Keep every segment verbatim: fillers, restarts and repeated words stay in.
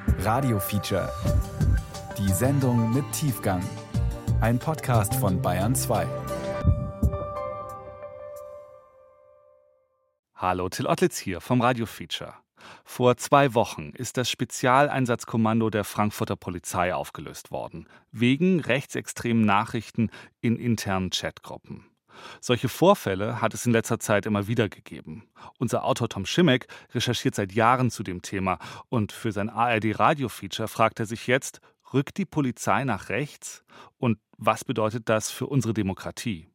Radio-Feature. Die Sendung mit Tiefgang. Ein Podcast von Bayern zwei. Hallo, Till Ottlitz hier vom Radio-Feature. Vor zwei Wochen ist das Spezialeinsatzkommando der Frankfurter Polizei aufgelöst worden, wegen rechtsextremen Nachrichten in internen Chatgruppen. Solche Vorfälle hat es in letzter Zeit immer wieder gegeben. Unser Autor Tom Schimmek recherchiert seit Jahren zu dem Thema und für sein A R D-Radio-Feature fragt er sich jetzt, rückt die Polizei nach rechts? Und was bedeutet das für unsere Demokratie?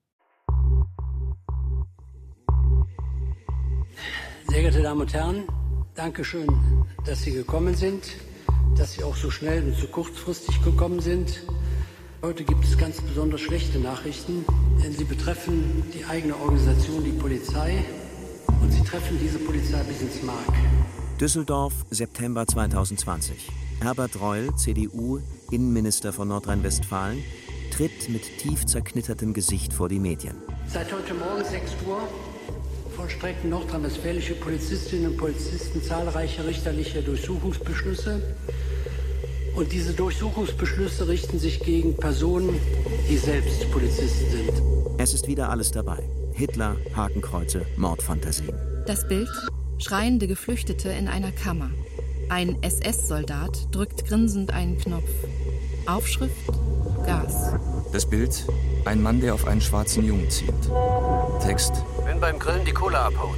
Sehr geehrte Damen und Herren, danke schön, dass Sie gekommen sind, dass Sie auch so schnell und so kurzfristig gekommen sind. Heute gibt es ganz besonders schlechte Nachrichten, denn sie betreffen die eigene Organisation, die Polizei, und sie treffen diese Polizei bis ins Mark. Düsseldorf, September zweitausendzwanzig. Herbert Reul, C D U, Innenminister von Nordrhein-Westfalen, tritt mit tief zerknittertem Gesicht vor die Medien. Seit heute Morgen sechs Uhr vollstrecken nordrhein-westfälische Polizistinnen und Polizisten zahlreiche richterliche Durchsuchungsbeschlüsse. Und diese Durchsuchungsbeschlüsse richten sich gegen Personen, die selbst Polizisten sind. Es ist wieder alles dabei. Hitler, Hakenkreuze, Mordfantasien. Das Bild: schreiende Geflüchtete in einer Kammer. Ein S S-Soldat drückt grinsend einen Knopf. Aufschrift: Gas. Das Bild: ein Mann, der auf einen schwarzen Jungen zielt. Text: wenn beim Grillen die Kohle abhaut.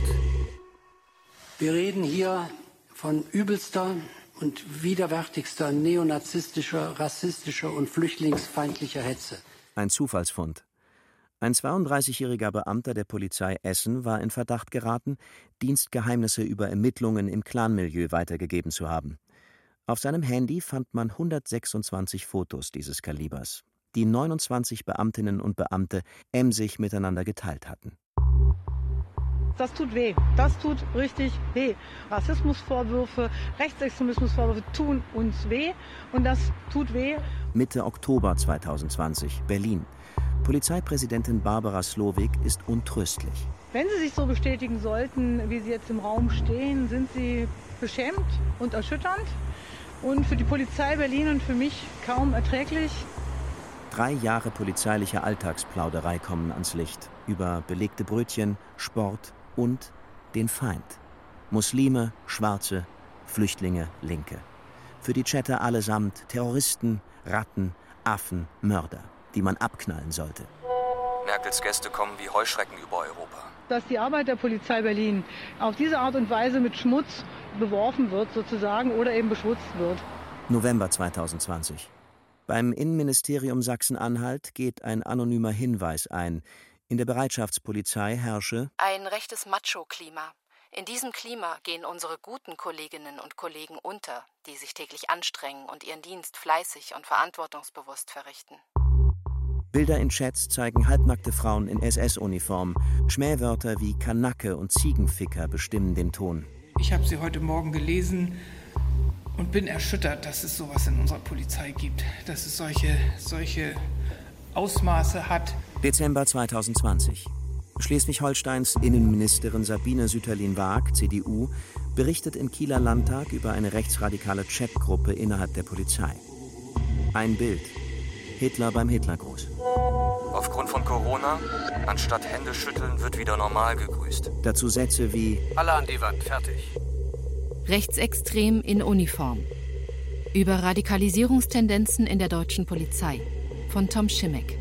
Wir reden hier von übelster und widerwärtigster neonazistischer, rassistischer und flüchtlingsfeindlicher Hetze. Ein Zufallsfund. Ein zweiunddreißigjähriger Beamter der Polizei Essen war in Verdacht geraten, Dienstgeheimnisse über Ermittlungen im Clanmilieu weitergegeben zu haben. Auf seinem Handy fand man hundertsechsundzwanzig Fotos dieses Kalibers, die neunundzwanzig Beamtinnen und Beamte emsig miteinander geteilt hatten. Das tut weh. Das tut richtig weh. Rassismusvorwürfe, Rechtsextremismusvorwürfe tun uns weh. Und das tut weh. Mitte Oktober zweitausendzwanzig, Berlin. Polizeipräsidentin Barbara Slowik ist untröstlich. Wenn Sie sich so bestätigen sollten, wie Sie jetzt im Raum stehen, sind Sie beschämt und erschütternd. Und für die Polizei Berlin und für mich kaum erträglich. Drei Jahre polizeiliche Alltagsplauderei kommen ans Licht. Über belegte Brötchen, Sport und den Feind. Muslime, Schwarze, Flüchtlinge, Linke. Für die Chatter allesamt Terroristen, Ratten, Affen, Mörder, die man abknallen sollte. Merkels Gäste kommen wie Heuschrecken über Europa. Dass die Arbeit der Polizei Berlin auf diese Art und Weise mit Schmutz beworfen wird sozusagen oder eben beschmutzt wird. November zweitausendzwanzig. Beim Innenministerium Sachsen-Anhalt geht ein anonymer Hinweis ein. In der Bereitschaftspolizei herrsche ein rechtes Macho-Klima. In diesem Klima gehen unsere guten Kolleginnen und Kollegen unter, die sich täglich anstrengen und ihren Dienst fleißig und verantwortungsbewusst verrichten. Bilder in Chats zeigen halbnackte Frauen in S S-Uniform. Schmähwörter wie Kanacke und Ziegenficker bestimmen den Ton. Ich habe sie heute Morgen gelesen und bin erschüttert, dass es sowas in unserer Polizei gibt, dass es solche, solche Ausmaße hat. Dezember zweitausendzwanzig. Schleswig-Holsteins Innenministerin Sabine Sütterlin-Waag, C D U, berichtet im Kieler Landtag über eine rechtsradikale Chatgruppe innerhalb der Polizei. Ein Bild: Hitler beim Hitlergruß. Aufgrund von Corona, anstatt Hände schütteln, wird wieder normal gegrüßt. Dazu Sätze wie: alle an die Wand, fertig. Rechtsextrem in Uniform. Über Radikalisierungstendenzen in der deutschen Polizei. Von Tom Schimmek.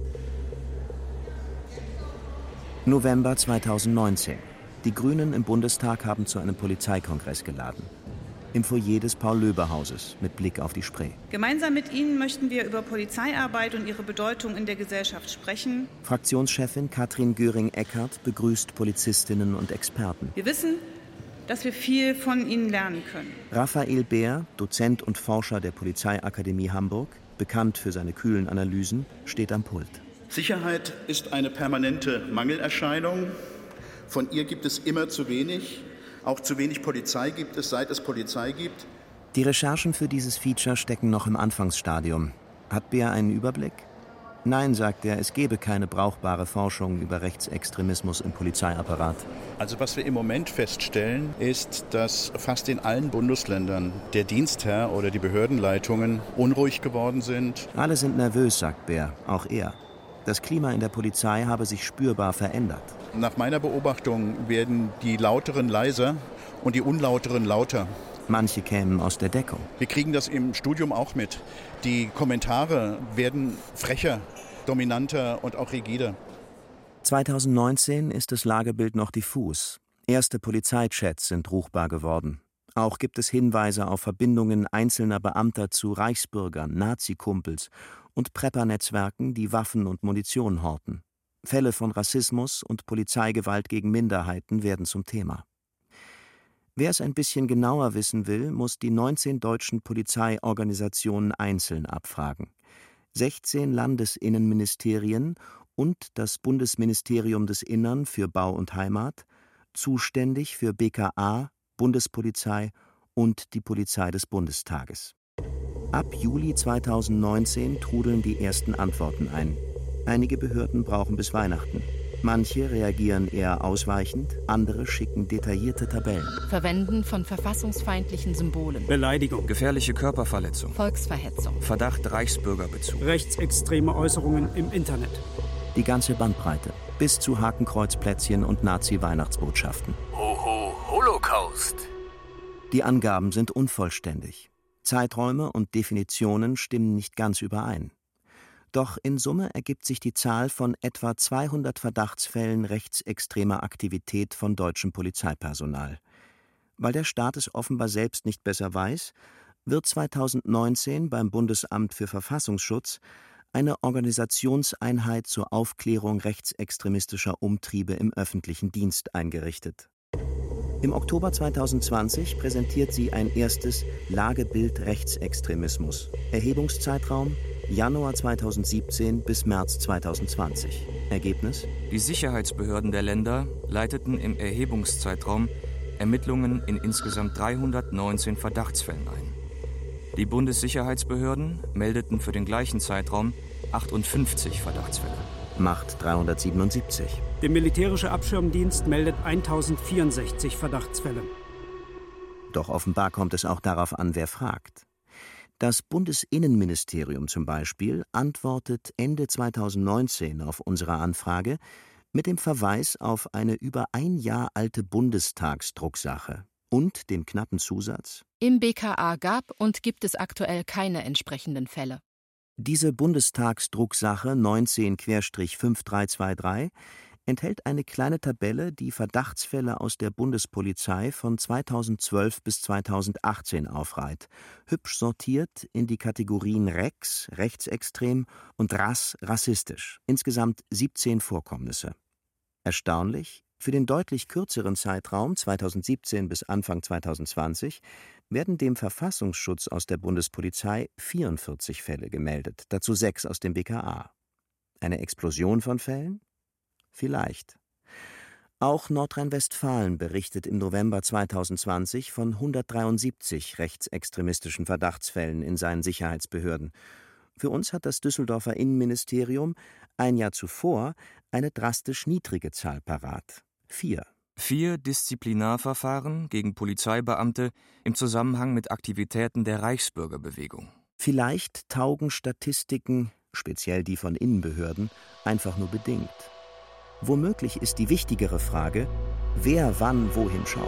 November zweitausendneunzehn. Die Grünen im Bundestag haben zu einem Polizeikongress geladen. Im Foyer des Paul-Löbe-Hauses mit Blick auf die Spree. Gemeinsam mit Ihnen möchten wir über Polizeiarbeit und ihre Bedeutung in der Gesellschaft sprechen. Fraktionschefin Katrin Göring-Eckardt begrüßt Polizistinnen und Experten. Wir wissen, dass wir viel von Ihnen lernen können. Raphael Beer, Dozent und Forscher der Polizeiakademie Hamburg, bekannt für seine kühlen Analysen, steht am Pult. Sicherheit ist eine permanente Mangelerscheinung. Von ihr gibt es immer zu wenig. Auch zu wenig Polizei gibt es, seit es Polizei gibt. Die Recherchen für dieses Feature stecken noch im Anfangsstadium. Hat Beer einen Überblick? Nein, sagt er, es gebe keine brauchbare Forschung über Rechtsextremismus im Polizeiapparat. Also was wir im Moment feststellen, ist, dass fast in allen Bundesländern der Dienstherr oder die Behördenleitungen unruhig geworden sind. Alle sind nervös, sagt Bär, auch er. Das Klima in der Polizei habe sich spürbar verändert. Nach meiner Beobachtung werden die Lauteren leiser und die Unlauteren lauter. Manche kämen aus der Deckung. Wir kriegen das im Studium auch mit. Die Kommentare werden frecher, dominanter und auch rigider. zweitausendneunzehn ist das Lagebild noch diffus. Erste Polizeichats sind ruchbar geworden. Auch gibt es Hinweise auf Verbindungen einzelner Beamter zu Reichsbürgern, Nazi-Kumpels und Prepper-Netzwerken, die Waffen und Munition horten. Fälle von Rassismus und Polizeigewalt gegen Minderheiten werden zum Thema. Wer es ein bisschen genauer wissen will, muss die neunzehn deutschen Polizeiorganisationen einzeln abfragen. sechzehn Landesinnenministerien und das Bundesministerium des Innern für Bau und Heimat, zuständig für B K A, Bundespolizei und die Polizei des Bundestages. Ab Juli zweitausendneunzehn trudeln die ersten Antworten ein. Einige Behörden brauchen bis Weihnachten. Manche reagieren eher ausweichend, andere schicken detaillierte Tabellen. Verwenden von verfassungsfeindlichen Symbolen. Beleidigung. Gefährliche Körperverletzung. Volksverhetzung. Verdacht Reichsbürgerbezug. Rechtsextreme Äußerungen im Internet. Die ganze Bandbreite, bis zu Hakenkreuzplätzchen und Nazi-Weihnachtsbotschaften. Hoho, Holocaust. Die Angaben sind unvollständig. Zeiträume und Definitionen stimmen nicht ganz überein. Doch in Summe ergibt sich die Zahl von etwa zweihundert Verdachtsfällen rechtsextremer Aktivität von deutschem Polizeipersonal. Weil der Staat es offenbar selbst nicht besser weiß, wird zweitausendneunzehn beim Bundesamt für Verfassungsschutz eine Organisationseinheit zur Aufklärung rechtsextremistischer Umtriebe im öffentlichen Dienst eingerichtet. Im Oktober zweitausendzwanzig präsentiert sie ein erstes Lagebild Rechtsextremismus. Erhebungszeitraum Januar zweitausendsiebzehn bis März zweitausendzwanzig. Ergebnis? Die Sicherheitsbehörden der Länder leiteten im Erhebungszeitraum Ermittlungen in insgesamt dreihundertneunzehn Verdachtsfällen ein. Die Bundessicherheitsbehörden meldeten für den gleichen Zeitraum achtundfünfzig Verdachtsfälle. Macht dreihundertsiebenundsiebzig. Der militärische Abschirmdienst meldet tausendvierundsechzig Verdachtsfälle. Doch offenbar kommt es auch darauf an, wer fragt. Das Bundesinnenministerium zum Beispiel antwortet Ende zweitausendneunzehn auf unsere Anfrage mit dem Verweis auf eine über ein Jahr alte Bundestagsdrucksache und dem knappen Zusatz: Im B K A gab und gibt es aktuell keine entsprechenden Fälle. Diese Bundestagsdrucksache neunzehn fünf drei zwei drei enthält eine kleine Tabelle, die Verdachtsfälle aus der Bundespolizei von zweitausendzwölf bis zweitausendachtzehn aufreiht, hübsch sortiert in die Kategorien Rex, rechtsextrem und Rass, rassistisch. Insgesamt siebzehn Vorkommnisse. Erstaunlich, für den deutlich kürzeren Zeitraum zweitausendsiebzehn bis Anfang zweitausendzwanzig werden dem Verfassungsschutz aus der Bundespolizei vierundvierzig Fälle gemeldet, dazu sechs aus dem B K A. Eine Explosion von Fällen? Vielleicht. Auch Nordrhein-Westfalen berichtet im November zweitausendzwanzig von hundertdreiundsiebzig rechtsextremistischen Verdachtsfällen in seinen Sicherheitsbehörden. Für uns hat das Düsseldorfer Innenministerium ein Jahr zuvor eine drastisch niedrige Zahl parat. Vier. Vier Disziplinarverfahren gegen Polizeibeamte im Zusammenhang mit Aktivitäten der Reichsbürgerbewegung. Vielleicht taugen Statistiken, speziell die von Innenbehörden, einfach nur bedingt. Womöglich ist die wichtigere Frage, wer wann wohin schaut.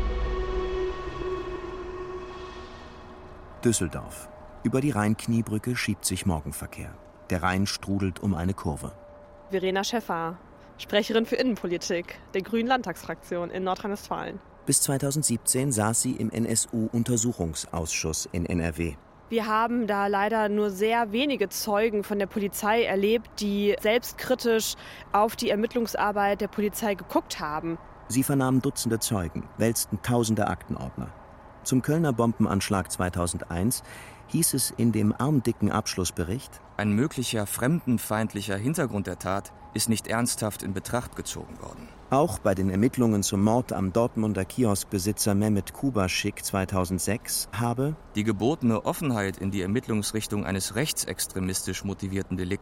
Düsseldorf. Über die Rheinkniebrücke schiebt sich Morgenverkehr. Der Rhein strudelt um eine Kurve. Verena Schäffer, Sprecherin für Innenpolitik der Grünen Landtagsfraktion in Nordrhein-Westfalen. Bis zweitausendsiebzehn saß sie im N S U-Untersuchungsausschuss in N R W. Wir haben da leider nur sehr wenige Zeugen von der Polizei erlebt, die selbstkritisch auf die Ermittlungsarbeit der Polizei geguckt haben. Sie vernahmen Dutzende Zeugen, wälzten tausende Aktenordner. Zum Kölner Bombenanschlag zweitausendeins hieß es in dem armdicken Abschlussbericht: Ein möglicher fremdenfeindlicher Hintergrund der Tat ist nicht ernsthaft in Betracht gezogen worden. Auch bei den Ermittlungen zum Mord am Dortmunder Kioskbesitzer Mehmet Kubaschik zweitausendsechs habe die gebotene Offenheit in die Ermittlungsrichtung eines rechtsextremistisch motivierten Delikts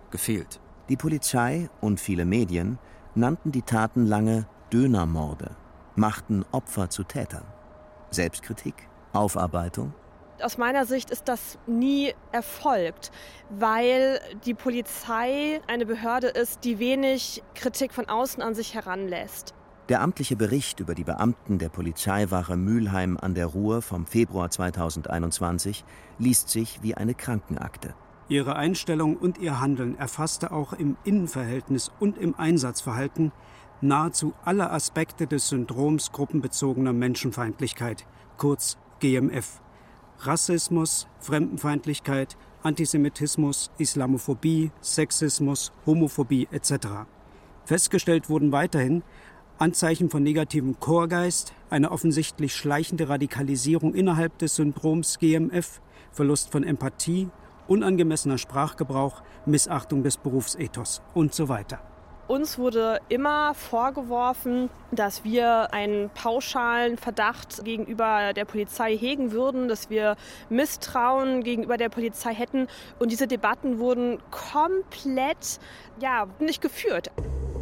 gefehlt. Die Polizei und viele Medien nannten die Taten lange Dönermorde, machten Opfer zu Tätern. Selbstkritik? Aufarbeitung? Aus meiner Sicht ist das nie erfolgt, weil die Polizei eine Behörde ist, die wenig Kritik von außen an sich heranlässt. Der amtliche Bericht über die Beamten der Polizeiwache Mülheim an der Ruhr vom Februar zweitausendeinundzwanzig liest sich wie eine Krankenakte. Ihre Einstellung und ihr Handeln erfasste auch im Innenverhältnis und im Einsatzverhalten nahezu alle Aspekte des Syndroms gruppenbezogener Menschenfeindlichkeit, kurz G M F. Rassismus, Fremdenfeindlichkeit, Antisemitismus, Islamophobie, Sexismus, Homophobie et cetera. Festgestellt wurden weiterhin Anzeichen von negativem Chorgeist, eine offensichtlich schleichende Radikalisierung innerhalb des Syndroms G M F, Verlust von Empathie, unangemessener Sprachgebrauch, Missachtung des Berufsethos und so weiter. Uns wurde immer vorgeworfen, dass wir einen pauschalen Verdacht gegenüber der Polizei hegen würden, dass wir Misstrauen gegenüber der Polizei hätten. Und diese Debatten wurden komplett, ja, nicht geführt.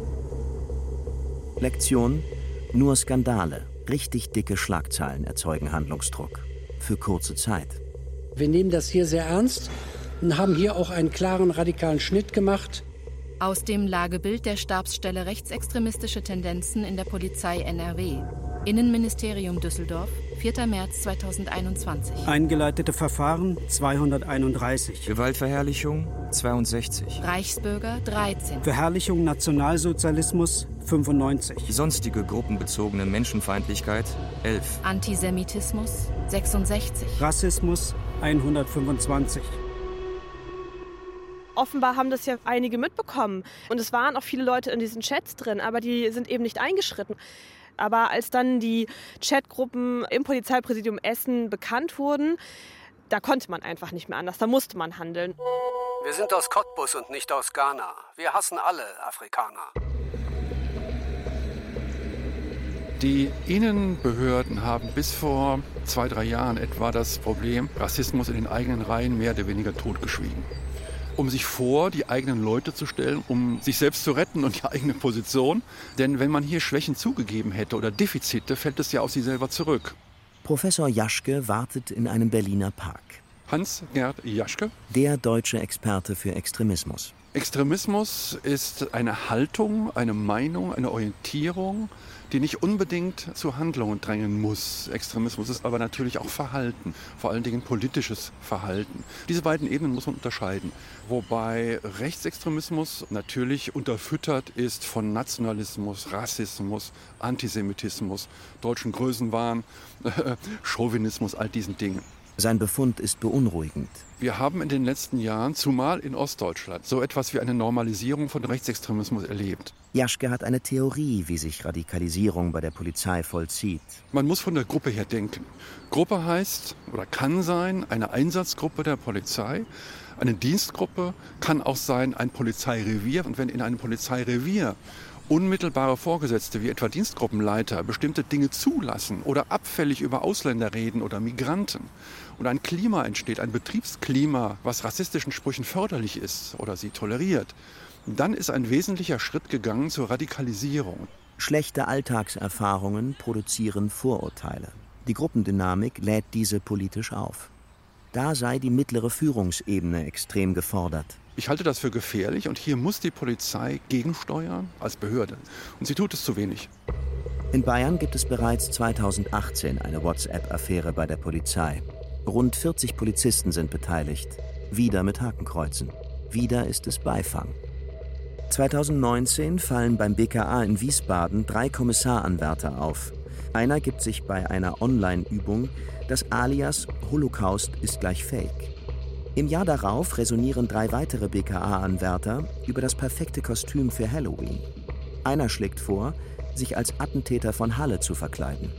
Lektion: Nur Skandale, richtig dicke Schlagzeilen erzeugen Handlungsdruck. Für kurze Zeit. Wir nehmen das hier sehr ernst und haben hier auch einen klaren, radikalen Schnitt gemacht. Aus dem Lagebild der Stabsstelle Rechtsextremistische Tendenzen in der Polizei N R W. Innenministerium Düsseldorf, vierter März zweitausendeinundzwanzig. Eingeleitete Verfahren zweihunderteinunddreißig. Gewaltverherrlichung zweiundsechzig. Reichsbürger dreizehn. Verherrlichung Nationalsozialismus fünfundneunzig. Sonstige gruppenbezogene Menschenfeindlichkeit elf. Antisemitismus sechsundsechzig. Rassismus hundertfünfundzwanzig. Offenbar haben das ja einige mitbekommen. Und es waren auch viele Leute in diesen Chats drin, aber die sind eben nicht eingeschritten. Aber als dann die Chatgruppen im Polizeipräsidium Essen bekannt wurden, da konnte man einfach nicht mehr anders, da musste man handeln. Wir sind aus Cottbus und nicht aus Ghana. Wir hassen alle Afrikaner. Die Innenbehörden haben bis vor zwei, drei Jahren etwa das Problem Rassismus in den eigenen Reihen mehr oder weniger totgeschwiegen. Um sich vor die eigenen Leute zu stellen, um sich selbst zu retten und die eigene Position. Denn wenn man hier Schwächen zugegeben hätte oder Defizite, fällt es ja auf sie selber zurück. Professor Jaschke wartet in einem Berliner Park. Hans-Gerd Jaschke. Der deutsche Experte für Extremismus. Extremismus ist eine Haltung, eine Meinung, eine Orientierung, die nicht unbedingt zu Handlungen drängen muss. Extremismus ist aber natürlich auch Verhalten, vor allen Dingen politisches Verhalten. Diese beiden Ebenen muss man unterscheiden. Wobei Rechtsextremismus natürlich unterfüttert ist von Nationalismus, Rassismus, Antisemitismus, deutschen Größenwahn, Chauvinismus, all diesen Dingen. Sein Befund ist beunruhigend. Wir haben in den letzten Jahren, zumal in Ostdeutschland, so etwas wie eine Normalisierung von Rechtsextremismus erlebt. Jaschke hat eine Theorie, wie sich Radikalisierung bei der Polizei vollzieht. Man muss von der Gruppe her denken. Gruppe heißt oder kann sein eine Einsatzgruppe der Polizei. Eine Dienstgruppe kann auch sein ein Polizeirevier. Und wenn in einem Polizeirevier unmittelbare Vorgesetzte wie etwa Dienstgruppenleiter bestimmte Dinge zulassen oder abfällig über Ausländer reden oder Migranten und ein Klima entsteht, ein Betriebsklima, was rassistischen Sprüchen förderlich ist oder sie toleriert, dann ist ein wesentlicher Schritt gegangen zur Radikalisierung. Schlechte Alltagserfahrungen produzieren Vorurteile. Die Gruppendynamik lädt diese politisch auf. Da sei die mittlere Führungsebene extrem gefordert. Ich halte das für gefährlich und hier muss die Polizei gegensteuern als Behörde. Und sie tut es zu wenig. In Bayern gibt es bereits zweitausendachtzehn eine WhatsApp-Affäre bei der Polizei. Rund vierzig Polizisten sind beteiligt. Wieder mit Hakenkreuzen. Wieder ist es Beifang. zweitausendneunzehn fallen beim B K A in Wiesbaden drei Kommissaranwärter auf. Einer gibt sich bei einer Online-Übung das Alias Holocaust ist gleich Fake. Im Jahr darauf resonieren drei weitere B K A-Anwärter über das perfekte Kostüm für Halloween. Einer schlägt vor, sich als Attentäter von Halle zu verkleiden.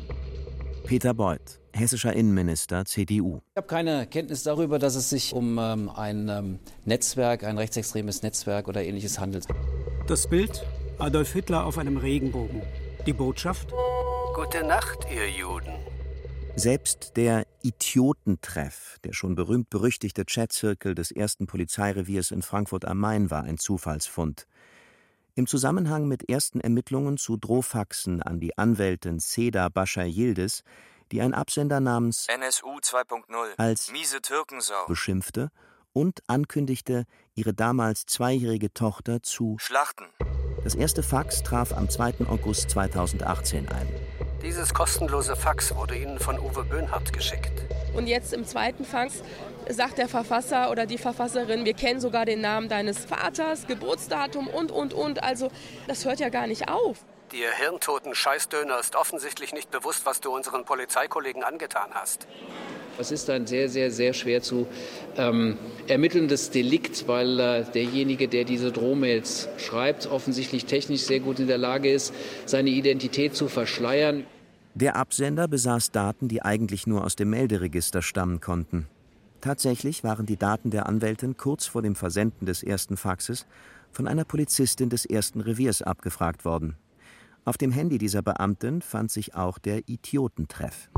Peter Beuth, hessischer Innenminister, C D U. Ich habe keine Kenntnis darüber, dass es sich um ähm, ein ähm, Netzwerk, ein rechtsextremes Netzwerk oder ähnliches handelt. Das Bild: Adolf Hitler auf einem Regenbogen. Die Botschaft: Gute Nacht, ihr Juden. Selbst der Idiotentreff, der schon berühmt-berüchtigte Chatzirkel des ersten Polizeireviers in Frankfurt am Main, war ein Zufallsfund. Im Zusammenhang mit ersten Ermittlungen zu Drohfaxen an die Anwältin Seda Başar Yildiz, die ein Absender namens N S U zwei Punkt null als miese Türkensau beschimpfte und ankündigte, ihre damals zweijährige Tochter zu schlachten. Das erste Fax traf am zweiten August zweitausendachtzehn ein. Dieses kostenlose Fax wurde Ihnen von Uwe Böhnhardt geschickt. Und jetzt im zweiten Fax sagt der Verfasser oder die Verfasserin, wir kennen sogar den Namen deines Vaters, Geburtsdatum und, und, und. Also das hört ja gar nicht auf. Dir hirntoten Scheißdöner ist offensichtlich nicht bewusst, was du unseren Polizeikollegen angetan hast. Es ist ein sehr, sehr, sehr schwer zu ähm, ermittelndes Delikt, weil äh, derjenige, der diese Drohmails schreibt, offensichtlich technisch sehr gut in der Lage ist, seine Identität zu verschleiern. Der Absender besaß Daten, die eigentlich nur aus dem Melderegister stammen konnten. Tatsächlich waren die Daten der Anwältin kurz vor dem Versenden des ersten Faxes von einer Polizistin des ersten Reviers abgefragt worden. Auf dem Handy dieser Beamtin fand sich auch der Idiotentreff.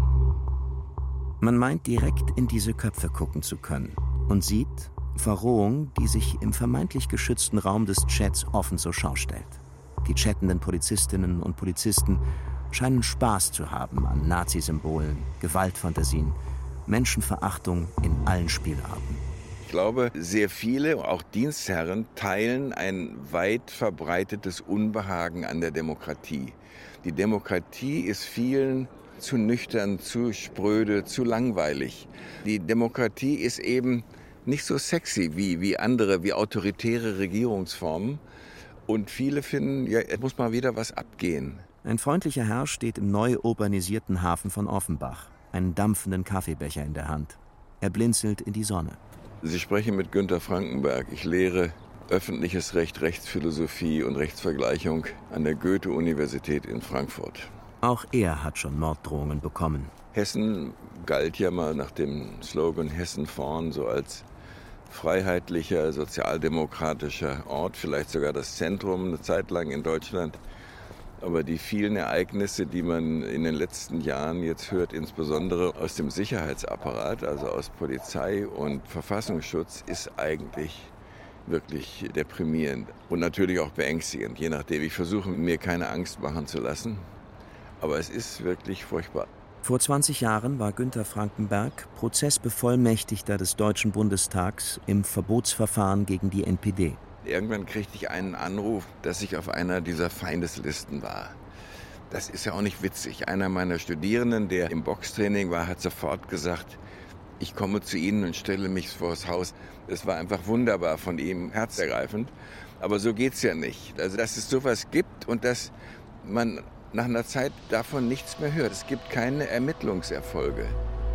Man meint, direkt in diese Köpfe gucken zu können und sieht Verrohung, die sich im vermeintlich geschützten Raum des Chats offen zur Schau stellt. Die chattenden Polizistinnen und Polizisten scheinen Spaß zu haben an Nazisymbolen, Gewaltfantasien, Menschenverachtung in allen Spielarten. Ich glaube, sehr viele, auch Dienstherren, teilen ein weit verbreitetes Unbehagen an der Demokratie. Die Demokratie ist vielen zu nüchtern, zu spröde, zu langweilig. Die Demokratie ist eben nicht so sexy wie, wie andere, wie autoritäre Regierungsformen. Und viele finden, ja, es muss mal wieder was abgehen. Ein freundlicher Herr steht im neu urbanisierten Hafen von Offenbach, einen dampfenden Kaffeebecher in der Hand. Er blinzelt in die Sonne. Sie sprechen mit Günter Frankenberg. Ich lehre öffentliches Recht, Rechtsphilosophie und Rechtsvergleichung an der Goethe-Universität in Frankfurt. Auch er hat schon Morddrohungen bekommen. Hessen galt ja mal nach dem Slogan Hessen vorn so als freiheitlicher, sozialdemokratischer Ort, vielleicht sogar das Zentrum eine Zeit lang in Deutschland. Aber die vielen Ereignisse, die man in den letzten Jahren jetzt hört, insbesondere aus dem Sicherheitsapparat, also aus Polizei und Verfassungsschutz, ist eigentlich wirklich deprimierend und natürlich auch beängstigend, je nachdem. Ich versuche, mir keine Angst machen zu lassen. Aber es ist wirklich furchtbar. Vor zwanzig Jahren war Günter Frankenberg Prozessbevollmächtigter des Deutschen Bundestags im Verbotsverfahren gegen die N P D. Irgendwann kriegte ich einen Anruf, dass ich auf einer dieser Feindeslisten war. Das ist ja auch nicht witzig. Einer meiner Studierenden, der im Boxtraining war, hat sofort gesagt, ich komme zu Ihnen und stelle mich vors Haus. Das war einfach wunderbar von ihm, herzergreifend. Aber so geht's ja nicht. Also, dass es sowas gibt und dass man nach einer Zeit davon nichts mehr hört. Es gibt keine Ermittlungserfolge.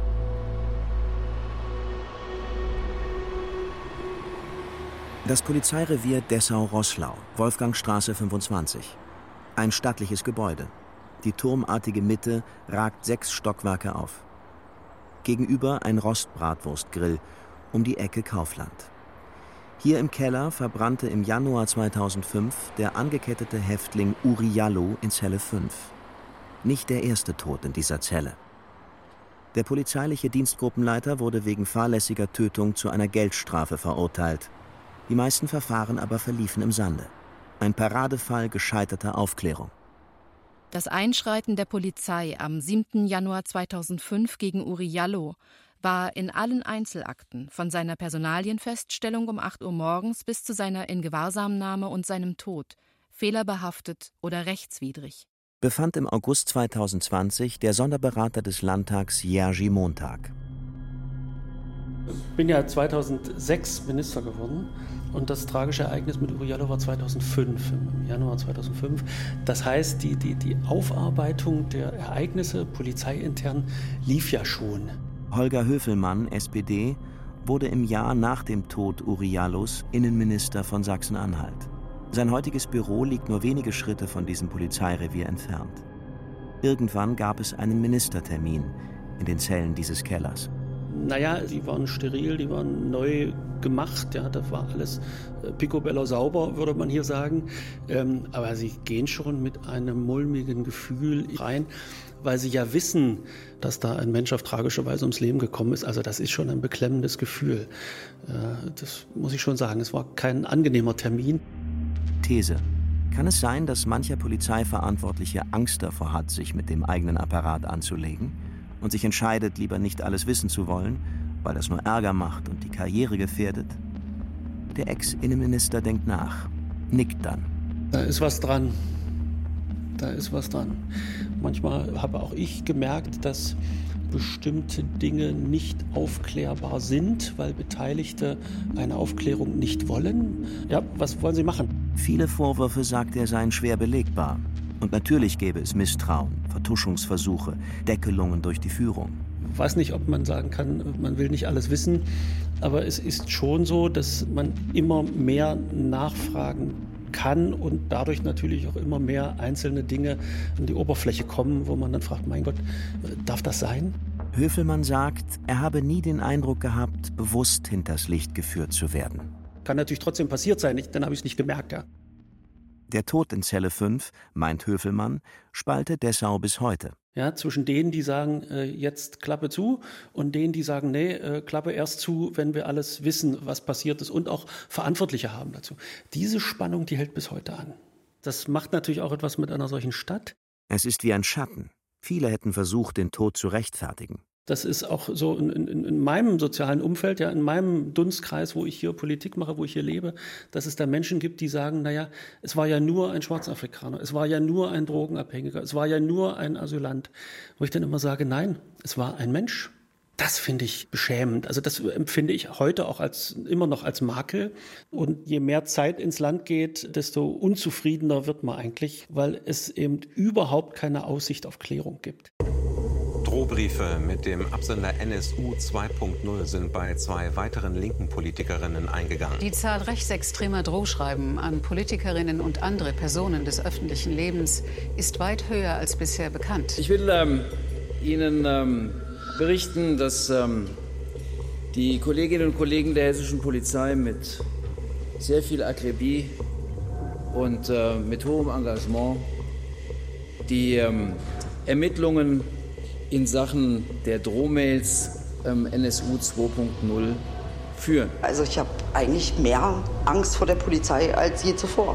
Das Polizeirevier Dessau-Roßlau, Wolfgangstraße fünfundzwanzig. Ein stattliches Gebäude. Die turmartige Mitte ragt sechs Stockwerke auf. Gegenüber ein Rostbratwurstgrill, um die Ecke Kaufland. Hier im Keller verbrannte im Januar zweitausendfünf der angekettete Häftling Uri Jallo in Zelle fünf. Nicht der erste Tod in dieser Zelle. Der polizeiliche Dienstgruppenleiter wurde wegen fahrlässiger Tötung zu einer Geldstrafe verurteilt. Die meisten Verfahren aber verliefen im Sande. Ein Paradefall gescheiterter Aufklärung. Das Einschreiten der Polizei am siebten Januar zweitausendfünf gegen Uri Jallo war in allen Einzelakten, von seiner Personalienfeststellung um acht Uhr morgens bis zu seiner Ingewahrsamnahme und seinem Tod, fehlerbehaftet oder rechtswidrig. Befand im August zweitausendzwanzig der Sonderberater des Landtags Jerzy Montag. Ich bin ja zweitausendsechs Minister geworden und das tragische Ereignis mit Uri Jallo war zweitausendfünf, im Januar zweitausendfünf. Das heißt, die, die, die Aufarbeitung der Ereignisse polizeiintern lief ja schon. Holger Höfelmann, S P D, wurde im Jahr nach dem Tod Uri Jallos Innenminister von Sachsen-Anhalt. Sein heutiges Büro liegt nur wenige Schritte von diesem Polizeirevier entfernt. Irgendwann gab es einen Ministertermin in den Zellen dieses Kellers. Naja, die waren steril, die waren neu gemacht, ja, das war alles picobello sauber, würde man hier sagen. Ähm, aber sie gehen schon mit einem mulmigen Gefühl rein, weil sie ja wissen, dass da ein Mensch auf tragische Weise ums Leben gekommen ist. Also das ist schon ein beklemmendes Gefühl. Äh, das muss ich schon sagen, es war kein angenehmer Termin. These. Kann es sein, dass mancher Polizeiverantwortliche Angst davor hat, sich mit dem eigenen Apparat anzulegen und sich entscheidet, lieber nicht alles wissen zu wollen, weil das nur Ärger macht und die Karriere gefährdet? Der Ex-Innenminister denkt nach, nickt dann. Da ist was dran. Da ist was dran. Manchmal habe auch ich gemerkt, dass bestimmte Dinge nicht aufklärbar sind, weil Beteiligte eine Aufklärung nicht wollen. Ja, was wollen sie machen? Viele Vorwürfe, sagt er, seien schwer belegbar. Und natürlich gäbe es Misstrauen, Vertuschungsversuche, Deckelungen durch die Führung. Ich weiß nicht, ob man sagen kann, man will nicht alles wissen, aber es ist schon so, dass man immer mehr nachfragen kann und dadurch natürlich auch immer mehr einzelne Dinge an die Oberfläche kommen, wo man dann fragt, mein Gott, darf das sein? Höfelmann sagt, er habe nie den Eindruck gehabt, bewusst hinters Licht geführt zu werden. Kann natürlich trotzdem passiert sein, dann habe ich es nicht gemerkt, ja. Der Tod in Zelle fünf, meint Höfelmann, spalte Dessau bis heute. Ja, zwischen denen, die sagen, äh, jetzt Klappe zu, und denen, die sagen, nee, äh, Klappe erst zu, wenn wir alles wissen, was passiert ist und auch Verantwortliche haben dazu. Diese Spannung, die hält bis heute an. Das macht natürlich auch etwas mit einer solchen Stadt. Es ist wie ein Schatten. Viele hätten versucht, den Tod zu rechtfertigen. Das ist auch so in, in, in meinem sozialen Umfeld, ja, in meinem Dunstkreis, wo ich hier Politik mache, wo ich hier lebe, dass es da Menschen gibt, die sagen, naja, es war ja nur ein Schwarzafrikaner, es war ja nur ein Drogenabhängiger, es war ja nur ein Asylant. Wo ich dann immer sage, nein, es war ein Mensch. Das finde ich beschämend. Also das empfinde ich heute auch als immer noch als Makel. Und je mehr Zeit ins Land geht, desto unzufriedener wird man eigentlich, weil es eben überhaupt keine Aussicht auf Klärung gibt. Drohbriefe mit dem Absender N S U zwei Punkt null sind bei zwei weiteren linken Politikerinnen eingegangen. Die Zahl rechtsextremer Drohschreiben an Politikerinnen und andere Personen des öffentlichen Lebens ist weit höher als bisher bekannt. Ich will ähm, Ihnen ähm, berichten, dass ähm, die Kolleginnen und Kollegen der hessischen Polizei mit sehr viel Akribie und äh, mit hohem Engagement die ähm, Ermittlungen in Sachen der Drohmails ähm, N S U zwei Punkt null führen. Also ich habe eigentlich mehr Angst vor der Polizei als je zuvor.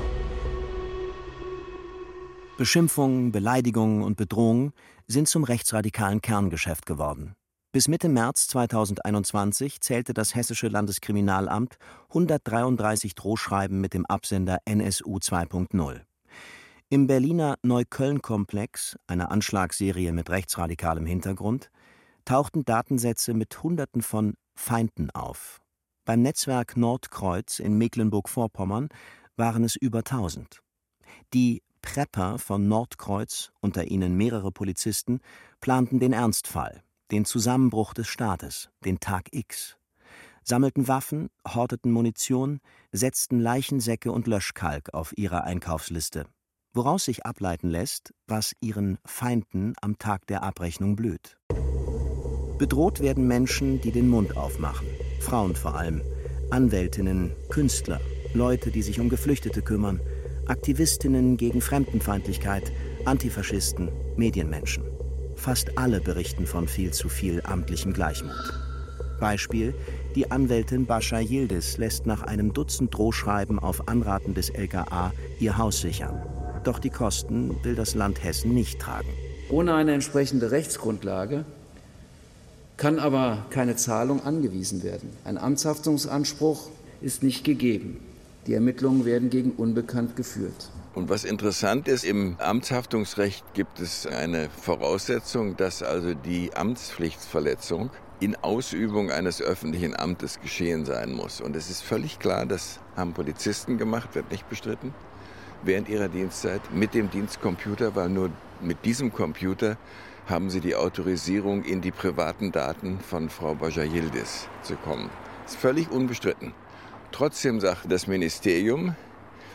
Beschimpfungen, Beleidigungen und Bedrohungen sind zum rechtsradikalen Kerngeschäft geworden. Bis Mitte März zweitausendeinundzwanzig zählte das Hessische Landeskriminalamt hundertdreiunddreißig Drohschreiben mit dem Absender N S U zwei Punkt null. Im Berliner Neukölln-Komplex, einer Anschlagsserie mit rechtsradikalem Hintergrund, tauchten Datensätze mit Hunderten von Feinden auf. Beim Netzwerk Nordkreuz in Mecklenburg-Vorpommern waren es über tausend. Die Prepper von Nordkreuz, unter ihnen mehrere Polizisten, planten den Ernstfall, den Zusammenbruch des Staates, den Tag X. Sammelten Waffen, horteten Munition, setzten Leichensäcke und Löschkalk auf ihre Einkaufsliste, woraus sich ableiten lässt, was ihren Feinden am Tag der Abrechnung blüht. Bedroht werden Menschen, die den Mund aufmachen, Frauen vor allem, Anwältinnen, Künstler, Leute, die sich um Geflüchtete kümmern, Aktivistinnen gegen Fremdenfeindlichkeit, Antifaschisten, Medienmenschen. Fast alle berichten von viel zu viel amtlichem Gleichmut. Beispiel: Die Anwältin Bascha Yildiz lässt nach einem Dutzend Drohschreiben auf Anraten des L K A ihr Haus sichern. Doch die Kosten will das Land Hessen nicht tragen. Ohne eine entsprechende Rechtsgrundlage kann aber keine Zahlung angewiesen werden. Ein Amtshaftungsanspruch ist nicht gegeben. Die Ermittlungen werden gegen Unbekannt geführt. Und was interessant ist, im Amtshaftungsrecht gibt es eine Voraussetzung, dass also die Amtspflichtverletzung in Ausübung eines öffentlichen Amtes geschehen sein muss. Und es ist völlig klar, das haben Polizisten gemacht, wird nicht bestritten, während ihrer Dienstzeit mit dem Dienstcomputer, weil nur mit diesem Computer haben sie die Autorisierung, in die privaten Daten von Frau Bascha Yildiz zu kommen. Das ist völlig unbestritten. Trotzdem sagt das Ministerium,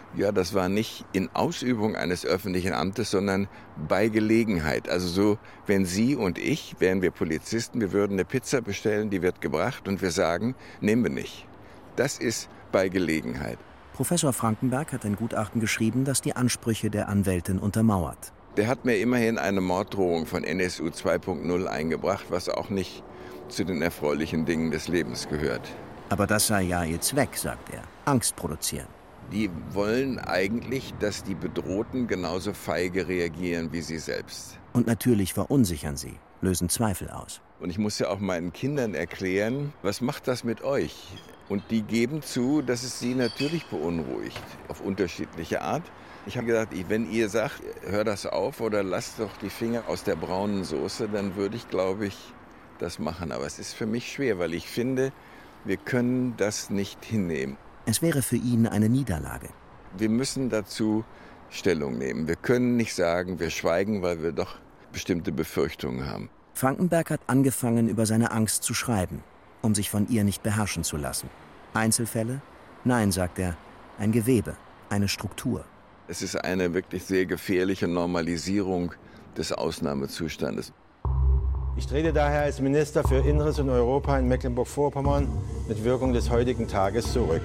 Ja, das war nicht in Ausübung eines öffentlichen Amtes, sondern bei Gelegenheit. Also so, wenn Sie und ich, wären wir Polizisten, wir würden eine Pizza bestellen, die wird gebracht und wir sagen, nehmen wir nicht. Das ist bei Gelegenheit. Professor Frankenberg hat ein Gutachten geschrieben, das die Ansprüche der Anwältin untermauert. Der hat mir immerhin eine Morddrohung von N S U zwei Punkt null eingebracht, was auch nicht zu den erfreulichen Dingen des Lebens gehört. Aber das sei ja ihr Zweck, sagt er. Angst produzieren. Die wollen eigentlich, dass die Bedrohten genauso feige reagieren wie sie selbst. Und natürlich verunsichern sie, lösen Zweifel aus. Und ich muss ja auch meinen Kindern erklären, was macht das mit euch? Und die geben zu, dass es sie natürlich beunruhigt, auf unterschiedliche Art. Ich habe gesagt, wenn ihr sagt, hör das auf oder lasst doch die Finger aus der braunen Soße, dann würde ich, glaube ich, das machen. Aber es ist für mich schwer, weil ich finde, wir können das nicht hinnehmen. Es wäre für ihn eine Niederlage. Wir müssen dazu Stellung nehmen. Wir können nicht sagen, wir schweigen, weil wir doch bestimmte Befürchtungen haben. Frankenberg hat angefangen, über seine Angst zu schreiben, um sich von ihr nicht beherrschen zu lassen. Einzelfälle? Nein, sagt er, ein Gewebe, eine Struktur. Es ist eine wirklich sehr gefährliche Normalisierung des Ausnahmezustandes. Ich trete daher als Minister für Inneres und Europa in Mecklenburg-Vorpommern mit Wirkung des heutigen Tages zurück.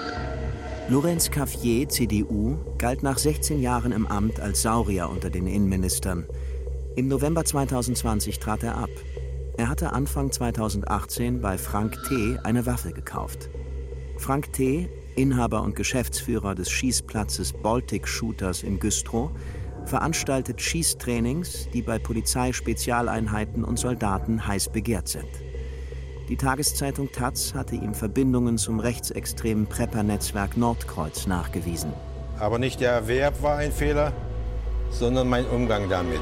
Lorenz Caffier, C D U, galt nach sechzehn Jahren im Amt als Saurier unter den Innenministern. Im November zweitausendzwanzig trat er ab. Er hatte Anfang zweitausendachtzehn bei Frank T. eine Waffe gekauft. Frank T., Inhaber und Geschäftsführer des Schießplatzes Baltic Shooters in Güstrow, veranstaltet Schießtrainings, die bei Polizeispezialeinheiten und Soldaten heiß begehrt sind. Die Tageszeitung Taz hatte ihm Verbindungen zum rechtsextremen Prepper-Netzwerk Nordkreuz nachgewiesen. Aber nicht der Erwerb war ein Fehler, sondern mein Umgang damit.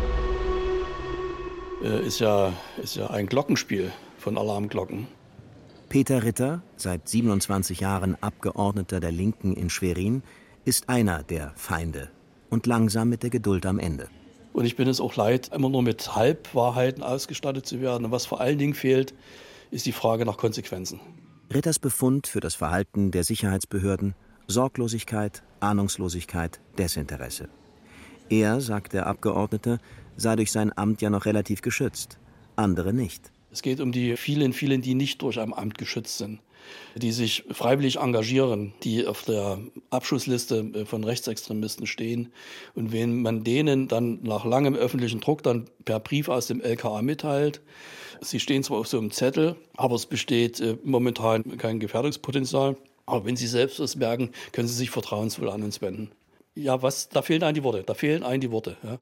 Ist ja, ist ja ein Glockenspiel von Alarmglocken. Peter Ritter, seit siebenundzwanzig Jahren Abgeordneter der Linken in Schwerin, ist einer der Feinde und langsam mit der Geduld am Ende. Und ich bin es auch leid, immer nur mit Halbwahrheiten ausgestattet zu werden. Und was vor allen Dingen fehlt, ist die Frage nach Konsequenzen. Ritters Befund für das Verhalten der Sicherheitsbehörden: Sorglosigkeit, Ahnungslosigkeit, Desinteresse. Er, sagt der Abgeordnete, sei durch sein Amt ja noch relativ geschützt, andere nicht. Es geht um die vielen, vielen, die nicht durch ein Amt geschützt sind, die sich freiwillig engagieren, die auf der Abschussliste von Rechtsextremisten stehen. Und wenn man denen dann nach langem öffentlichen Druck dann per Brief aus dem L K A mitteilt, sie stehen zwar auf so einem Zettel, aber es besteht momentan kein Gefährdungspotenzial. Aber wenn sie selbst das merken, können sie sich vertrauensvoll an uns wenden. Ja, was, da fehlen einem die Worte, da fehlen einem die Worte. Ja.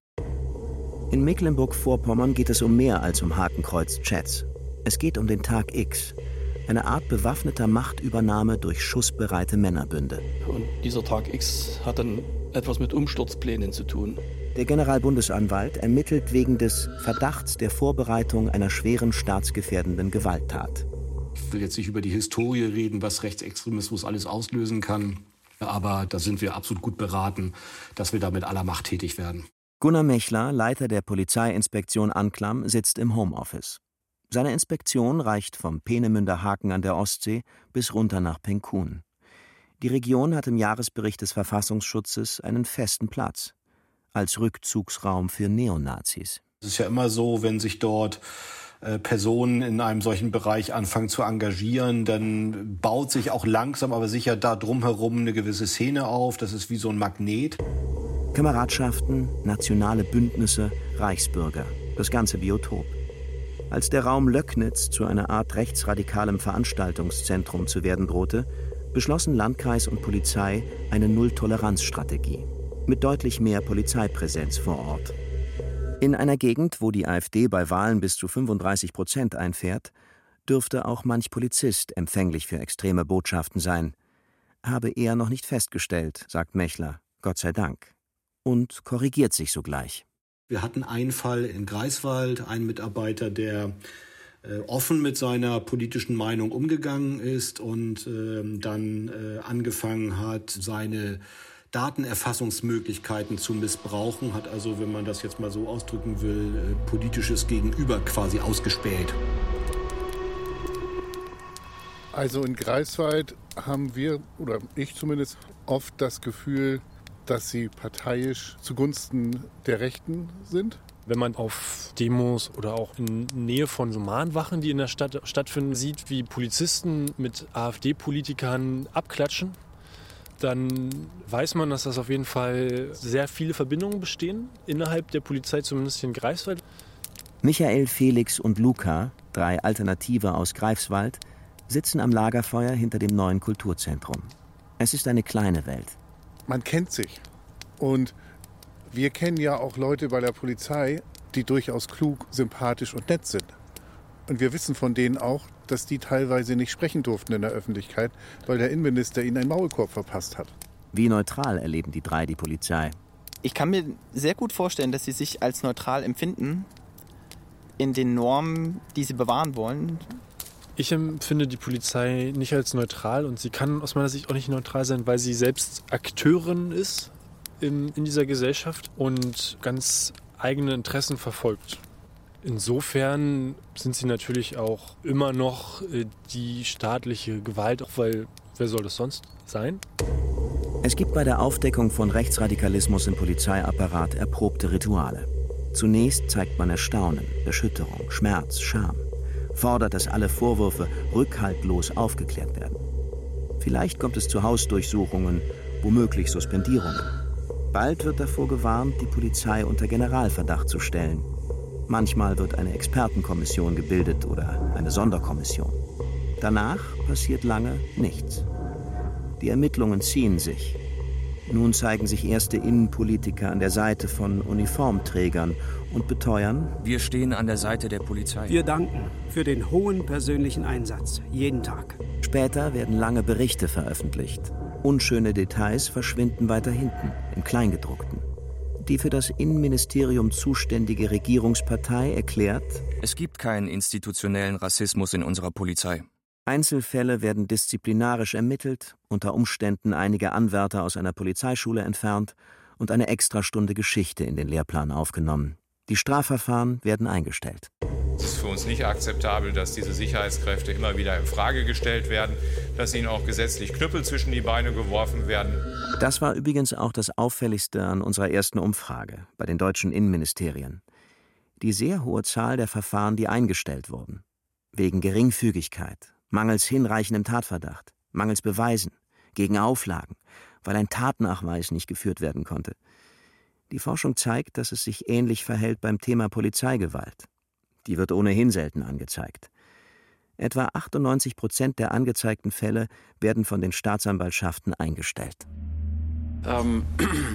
In Mecklenburg-Vorpommern geht es um mehr als um Hakenkreuz-Chats. Es geht um den Tag X, eine Art bewaffneter Machtübernahme durch schussbereite Männerbünde. Und dieser Tag X hat dann etwas mit Umsturzplänen zu tun. Der Generalbundesanwalt ermittelt wegen des Verdachts der Vorbereitung einer schweren staatsgefährdenden Gewalttat. Ich will jetzt nicht über die Historie reden, was Rechtsextremismus alles auslösen kann. Aber da sind wir absolut gut beraten, dass wir da mit aller Macht tätig werden. Gunnar Mechler, Leiter der Polizeiinspektion Anklam, sitzt im Homeoffice. Seine Inspektion reicht vom Peenemünder Haken an der Ostsee bis runter nach Penkun. Die Region hat im Jahresbericht des Verfassungsschutzes einen festen Platz als Rückzugsraum für Neonazis. Es ist ja immer so, wenn sich dort äh, Personen in einem solchen Bereich anfangen zu engagieren, dann baut sich auch langsam, aber sicher da drumherum eine gewisse Szene auf. Das ist wie so ein Magnet. Kameradschaften, nationale Bündnisse, Reichsbürger, das ganze Biotop. Als der Raum Löcknitz zu einer Art rechtsradikalem Veranstaltungszentrum zu werden drohte, beschlossen Landkreis und Polizei eine Null-Toleranz-Strategie mit deutlich mehr Polizeipräsenz vor Ort. In einer Gegend, wo die AfD bei Wahlen bis zu fünfunddreißig Prozent einfährt, dürfte auch manch Polizist empfänglich für extreme Botschaften sein. Habe er noch nicht festgestellt, sagt Mechler, Gott sei Dank. Und korrigiert sich sogleich. Wir hatten einen Fall in Greifswald, einen Mitarbeiter, der äh, offen mit seiner politischen Meinung umgegangen ist und äh, dann äh, angefangen hat, seine Datenerfassungsmöglichkeiten zu missbrauchen, hat also, wenn man das jetzt mal so ausdrücken will, äh, politisches Gegenüber quasi ausgespäht. Also in Greifswald haben wir, oder ich zumindest, oft das Gefühl, dass sie parteiisch zugunsten der Rechten sind. Wenn man auf Demos oder auch in Nähe von so Mahnwachen, die in der Stadt stattfinden, sieht, wie Polizisten mit AfD-Politikern abklatschen, dann weiß man, dass das auf jeden Fall sehr viele Verbindungen bestehen, innerhalb der Polizei, zumindest hier in Greifswald. Michael, Felix und Luca, drei Alternative aus Greifswald, sitzen am Lagerfeuer hinter dem neuen Kulturzentrum. Es ist eine kleine Welt. Man kennt sich. Und wir kennen ja auch Leute bei der Polizei, die durchaus klug, sympathisch und nett sind. Und wir wissen von denen auch, dass die teilweise nicht sprechen durften in der Öffentlichkeit, weil der Innenminister ihnen einen Maulkorb verpasst hat. Wie neutral erleben die drei die Polizei? Ich kann mir sehr gut vorstellen, dass sie sich als neutral empfinden in den Normen, die sie bewahren wollen. Ich empfinde die Polizei nicht als neutral und sie kann aus meiner Sicht auch nicht neutral sein, weil sie selbst Akteurin ist in, in dieser Gesellschaft und ganz eigene Interessen verfolgt. Insofern sind sie natürlich auch immer noch die staatliche Gewalt, auch weil, wer soll das sonst sein? Es gibt bei der Aufdeckung von Rechtsradikalismus im Polizeiapparat erprobte Rituale. Zunächst zeigt man Erstaunen, Erschütterung, Schmerz, Scham. Fordert, dass alle Vorwürfe rückhaltlos aufgeklärt werden. Vielleicht kommt es zu Hausdurchsuchungen, womöglich Suspendierungen. Bald wird davor gewarnt, die Polizei unter Generalverdacht zu stellen. Manchmal wird eine Expertenkommission gebildet oder eine Sonderkommission. Danach passiert lange nichts. Die Ermittlungen ziehen sich. Nun zeigen sich erste Innenpolitiker an der Seite von Uniformträgern und beteuern: Wir stehen an der Seite der Polizei. Wir danken für den hohen persönlichen Einsatz, jeden Tag. Später werden lange Berichte veröffentlicht. Unschöne Details verschwinden weiter hinten, im Kleingedruckten. Die für das Innenministerium zuständige Regierungspartei erklärt: Es gibt keinen institutionellen Rassismus in unserer Polizei. Einzelfälle werden disziplinarisch ermittelt, unter Umständen einige Anwärter aus einer Polizeischule entfernt und eine Extrastunde Geschichte in den Lehrplan aufgenommen. Die Strafverfahren werden eingestellt. Es ist für uns nicht akzeptabel, dass diese Sicherheitskräfte immer wieder in Frage gestellt werden, dass ihnen auch gesetzlich Knüppel zwischen die Beine geworfen werden. Das war übrigens auch das Auffälligste an unserer ersten Umfrage bei den deutschen Innenministerien. Die sehr hohe Zahl der Verfahren, die eingestellt wurden. Wegen Geringfügigkeit, mangels hinreichendem Tatverdacht, mangels Beweisen, gegen Auflagen, weil ein Tatnachweis nicht geführt werden konnte. Die Forschung zeigt, dass es sich ähnlich verhält beim Thema Polizeigewalt. Die wird ohnehin selten angezeigt. Etwa achtundneunzig Prozent der angezeigten Fälle werden von den Staatsanwaltschaften eingestellt. Ähm,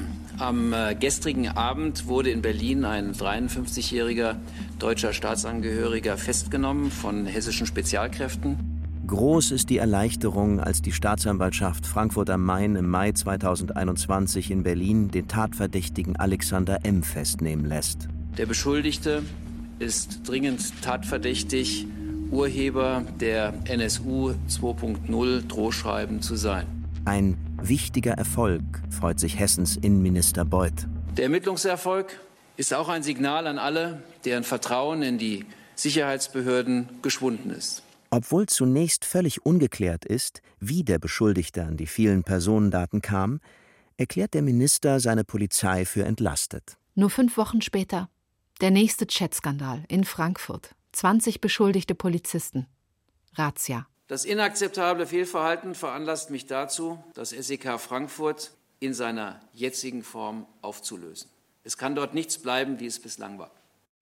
am äh, gestrigen Abend wurde in Berlin ein dreiundfünfzigjähriger deutscher Staatsangehöriger festgenommen von hessischen Spezialkräften. Groß ist die Erleichterung, als die Staatsanwaltschaft Frankfurt am Main im Mai zweitausendeinundzwanzig in Berlin den Tatverdächtigen Alexander M. festnehmen lässt. Der Beschuldigte ist dringend tatverdächtig, Urheber der N S U zwei Punkt null Drohschreiben zu sein. Ein wichtiger Erfolg, freut sich Hessens Innenminister Beuth. Der Ermittlungserfolg ist auch ein Signal an alle, deren Vertrauen in die Sicherheitsbehörden geschwunden ist. Obwohl zunächst völlig ungeklärt ist, wie der Beschuldigte an die vielen Personendaten kam, erklärt der Minister seine Polizei für entlastet. Nur fünf Wochen später der nächste Chat-Skandal in Frankfurt. zwanzig beschuldigte Polizisten. Razzia. Das inakzeptable Fehlverhalten veranlasst mich dazu, das S E K Frankfurt in seiner jetzigen Form aufzulösen. Es kann dort nichts bleiben, wie es bislang war.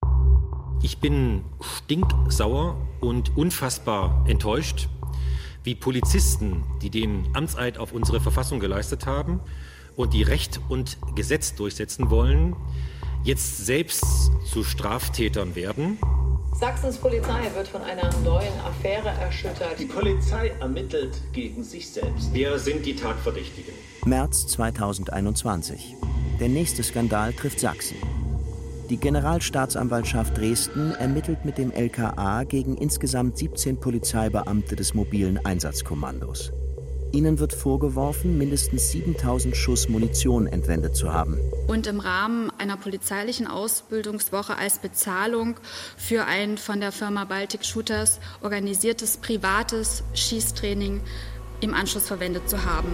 Ich bin stinksauer und unfassbar enttäuscht, wie Polizisten, die den Amtseid auf unsere Verfassung geleistet haben und die Recht und Gesetz durchsetzen wollen, jetzt selbst zu Straftätern werden. Sachsens Polizei wird von einer neuen Affäre erschüttert. Die Polizei ermittelt gegen sich selbst. Wer sind die Tatverdächtigen? März zweitausendeinundzwanzig. Der nächste Skandal trifft Sachsen. Die Generalstaatsanwaltschaft Dresden ermittelt mit dem L K A gegen insgesamt siebzehn Polizeibeamte des mobilen Einsatzkommandos. Ihnen wird vorgeworfen, mindestens siebentausend Schuss Munition entwendet zu haben. Und im Rahmen einer polizeilichen Ausbildungswoche als Bezahlung für ein von der Firma Baltic Shooters organisiertes privates Schießtraining im Anschluss verwendet zu haben.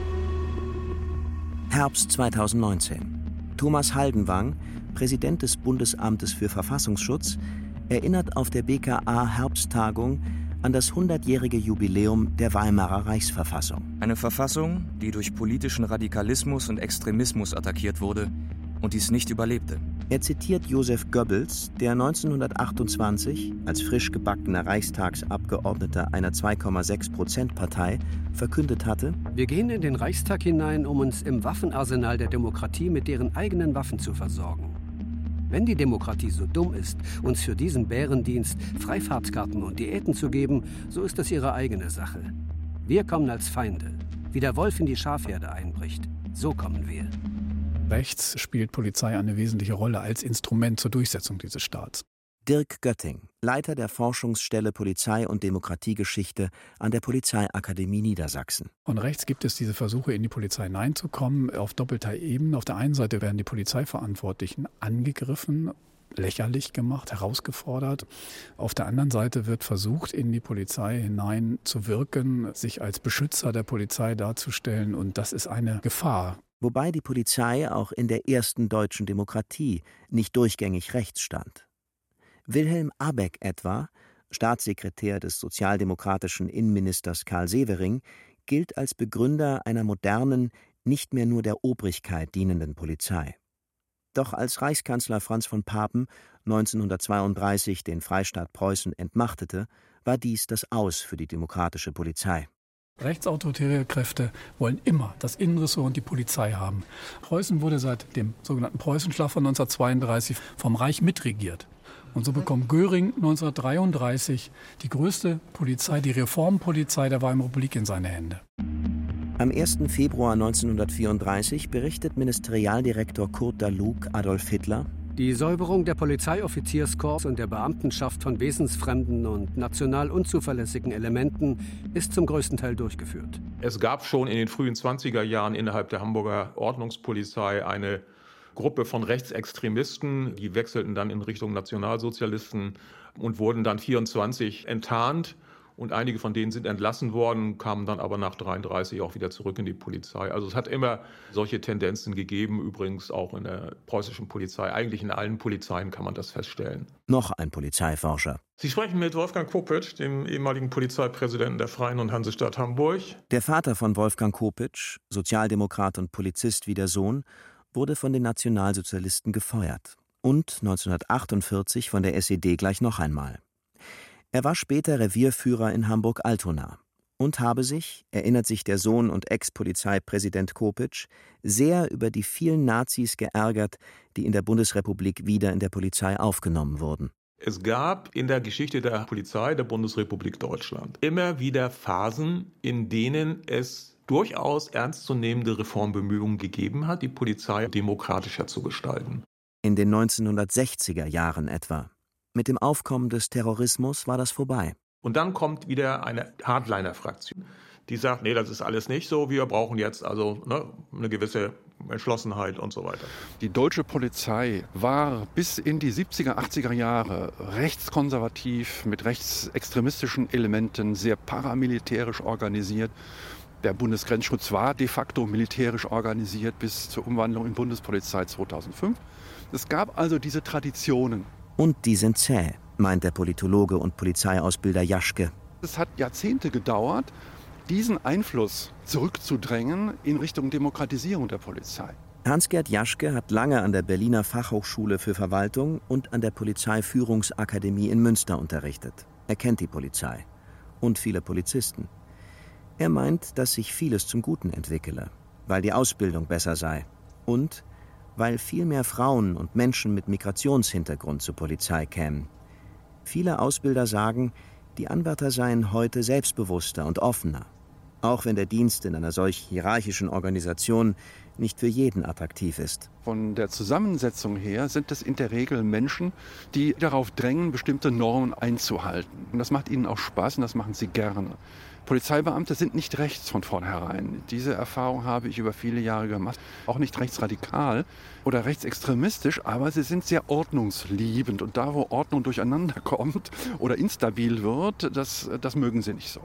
Herbst zweitausendneunzehn. Thomas Haldenwang, Präsident des Bundesamtes für Verfassungsschutz, erinnert auf der B K A-Herbsttagung an das hundertjährige Jubiläum der Weimarer Reichsverfassung. Eine Verfassung, die durch politischen Radikalismus und Extremismus attackiert wurde und dies nicht überlebte. Er zitiert Joseph Goebbels, der neunzehnhundertachtundzwanzig als frisch gebackener Reichstagsabgeordneter einer zwei Komma sechs Prozent Partei verkündet hatte: Wir gehen in den Reichstag hinein, um uns im Waffenarsenal der Demokratie mit deren eigenen Waffen zu versorgen. Wenn die Demokratie so dumm ist, uns für diesen Bärendienst Freifahrtskarten und Diäten zu geben, so ist das ihre eigene Sache. Wir kommen als Feinde. Wie der Wolf in die Schafherde einbricht, so kommen wir. Rechts spielt Polizei eine wesentliche Rolle als Instrument zur Durchsetzung dieses Staats. Dirk Götting, Leiter der Forschungsstelle Polizei- und Demokratiegeschichte an der Polizeiakademie Niedersachsen. Von rechts gibt es diese Versuche, in die Polizei hineinzukommen, auf doppelter Ebene. Auf der einen Seite werden die Polizeiverantwortlichen angegriffen, lächerlich gemacht, herausgefordert. Auf der anderen Seite wird versucht, in die Polizei hinein zu wirken, sich als Beschützer der Polizei darzustellen. Und das ist eine Gefahr. Wobei die Polizei auch in der ersten deutschen Demokratie nicht durchgängig rechts stand. Wilhelm Abeck etwa, Staatssekretär des sozialdemokratischen Innenministers Karl Severing, gilt als Begründer einer modernen, nicht mehr nur der Obrigkeit dienenden Polizei. Doch als Reichskanzler Franz von Papen neunzehnhundertzweiunddreißig den Freistaat Preußen entmachtete, war dies das Aus für die demokratische Polizei. Rechtsautoritäre Kräfte wollen immer das Innenressort und die Polizei haben. Preußen wurde seit dem sogenannten Preußenschlag von neunzehnhundertzweiunddreißig vom Reich mitregiert. Und so bekommt Göring neunzehnhundertdreiunddreißig die größte Polizei, die Reformpolizei der Weimarer Republik in seine Hände. Am ersten Februar neunzehnhundertvierunddreißig berichtet Ministerialdirektor Kurt Daluck Adolf Hitler: Die Säuberung der Polizeiоffizierskorps und der Beamtenschaft von wesensfremden und national unzuverlässigen Elementen ist zum größten Teil durchgeführt. Es gab schon in den frühen zwanziger Jahren innerhalb der Hamburger Ordnungspolizei eine Gruppe von Rechtsextremisten, die wechselten dann in Richtung Nationalsozialisten und wurden dann vierundzwanzig enttarnt. Und einige von denen sind entlassen worden, kamen dann aber nach dreiunddreißig auch wieder zurück in die Polizei. Also es hat immer solche Tendenzen gegeben, übrigens auch in der preußischen Polizei. Eigentlich in allen Polizeien kann man das feststellen. Noch ein Polizeiforscher. Sie sprechen mit Wolfgang Kopitsch, dem ehemaligen Polizeipräsidenten der Freien und Hansestadt Hamburg. Der Vater von Wolfgang Kopitsch, Sozialdemokrat und Polizist wie der Sohn, wurde von den Nationalsozialisten gefeuert. Und neunzehnhundertachtundvierzig von der S E D gleich noch einmal. Er war später Revierführer in Hamburg-Altona und habe sich, erinnert sich der Sohn und Ex-Polizeipräsident Kopitsch, sehr über die vielen Nazis geärgert, die in der Bundesrepublik wieder in der Polizei aufgenommen wurden. Es gab in der Geschichte der Polizei der Bundesrepublik Deutschland immer wieder Phasen, in denen es durchaus ernstzunehmende Reformbemühungen gegeben hat, die Polizei demokratischer zu gestalten. In den neunzehnhundertsechziger Jahren etwa. Mit dem Aufkommen des Terrorismus war das vorbei. Und dann kommt wieder eine Hardliner-Fraktion, die sagt, nee, das ist alles nicht so, wir brauchen jetzt also ne, eine gewisse Entschlossenheit und so weiter. Die deutsche Polizei war bis in die siebziger, achtziger Jahre rechtskonservativ, mit rechtsextremistischen Elementen, sehr paramilitärisch organisiert. Der Bundesgrenzschutz war de facto militärisch organisiert bis zur Umwandlung in Bundespolizei zweitausendfünf. Es gab also diese Traditionen. Und die sind zäh, meint der Politologe und Polizeiausbilder Jaschke. Es hat Jahrzehnte gedauert, diesen Einfluss zurückzudrängen in Richtung Demokratisierung der Polizei. Hans-Gerd Jaschke hat lange an der Berliner Fachhochschule für Verwaltung und an der Polizeiführungsakademie in Münster unterrichtet. Er kennt die Polizei und viele Polizisten. Er meint, dass sich vieles zum Guten entwickele, weil die Ausbildung besser sei und weil viel mehr Frauen und Menschen mit Migrationshintergrund zur Polizei kämen. Viele Ausbilder sagen, die Anwärter seien heute selbstbewusster und offener. auch wenn der Dienst in einer solch hierarchischen Organisation nicht für jeden attraktiv ist. Von der Zusammensetzung her sind es in der Regel Menschen, die darauf drängen, bestimmte Normen einzuhalten. Und das macht ihnen auch Spaß und das machen sie gerne. Polizeibeamte sind nicht rechts von vornherein. Diese Erfahrung habe ich über viele Jahre gemacht. Auch nicht rechtsradikal oder rechtsextremistisch, aber sie sind sehr ordnungsliebend. Und da, wo Ordnung durcheinander kommt oder instabil wird, das, das mögen sie nicht so.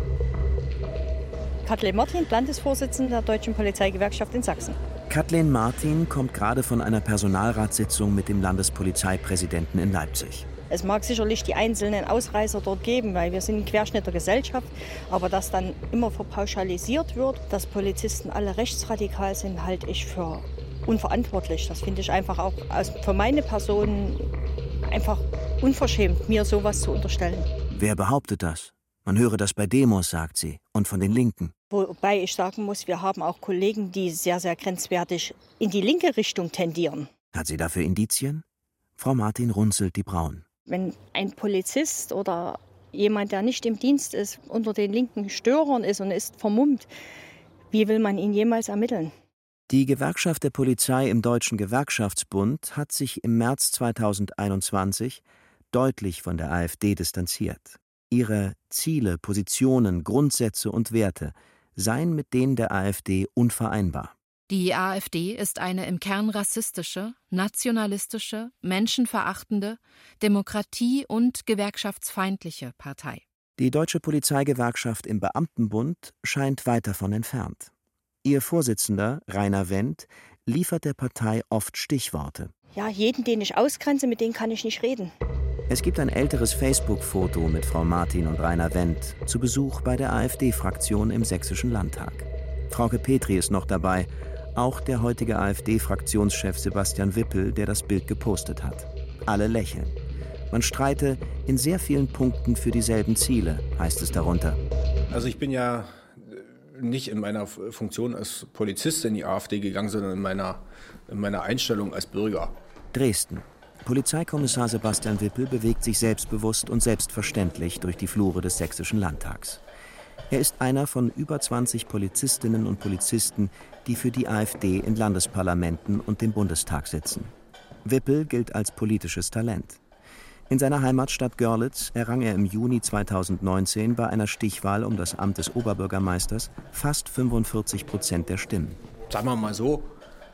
Kathleen Martin, Landesvorsitzende der Deutschen Polizeigewerkschaft in Sachsen. Kathleen Martin kommt gerade von einer Personalratssitzung mit dem Landespolizeipräsidenten in Leipzig. Es mag sicherlich die einzelnen Ausreißer dort geben, weil wir sind ein Querschnitt der Gesellschaft. Aber dass dann immer verpauschalisiert wird, dass Polizisten alle rechtsradikal sind, halte ich für unverantwortlich. Das finde ich einfach auch für meine Person einfach unverschämt, mir sowas zu unterstellen. Wer behauptet das? Man höre das bei Demos, sagt sie, und von den Linken. Wobei ich sagen muss, wir haben auch Kollegen, die sehr, sehr grenzwertig in die linke Richtung tendieren. Hat sie dafür Indizien? Frau Martin runzelt die Brauen. Wenn ein Polizist oder jemand, der nicht im Dienst ist, unter den linken Störern ist und ist vermummt, wie will man ihn jemals ermitteln? Die Gewerkschaft der Polizei im Deutschen Gewerkschaftsbund hat sich im März zweitausendeinundzwanzig deutlich von der AfD distanziert. Ihre Ziele, Positionen, Grundsätze und Werte seien mit denen der AfD unvereinbar. Die AfD ist eine im Kern rassistische, nationalistische, menschenverachtende, demokratie- und gewerkschaftsfeindliche Partei. Die Deutsche Polizeigewerkschaft im Beamtenbund scheint weit davon entfernt. Ihr Vorsitzender, Rainer Wendt, liefert der Partei oft Stichworte. Ja, jeden, den ich ausgrenze, mit dem kann ich nicht reden. Es gibt ein älteres Facebook-Foto mit Frau Martin und Rainer Wendt zu Besuch bei der AfD-Fraktion im Sächsischen Landtag. Frauke Petri ist noch dabei, auch der heutige AfD-Fraktionschef Sebastian Wippel, der das Bild gepostet hat. Alle lächeln. Man streite in sehr vielen Punkten für dieselben Ziele, heißt es darunter. Also ich bin ja nicht in meiner Funktion als Polizist in die AfD gegangen, sondern in meiner, in meiner Einstellung als Bürger. Dresden. Polizeikommissar Sebastian Wippel bewegt sich selbstbewusst und selbstverständlich durch die Flure des Sächsischen Landtags. Er ist einer von über zwanzig Polizistinnen und Polizisten, die für die AfD in Landesparlamenten und dem Bundestag sitzen. Wippel gilt als politisches Talent. In seiner Heimatstadt Görlitz errang er im Juni zweitausendneunzehn bei einer Stichwahl um das Amt des Oberbürgermeisters fast fünfundvierzig Prozent der Stimmen. Sagen wir mal so,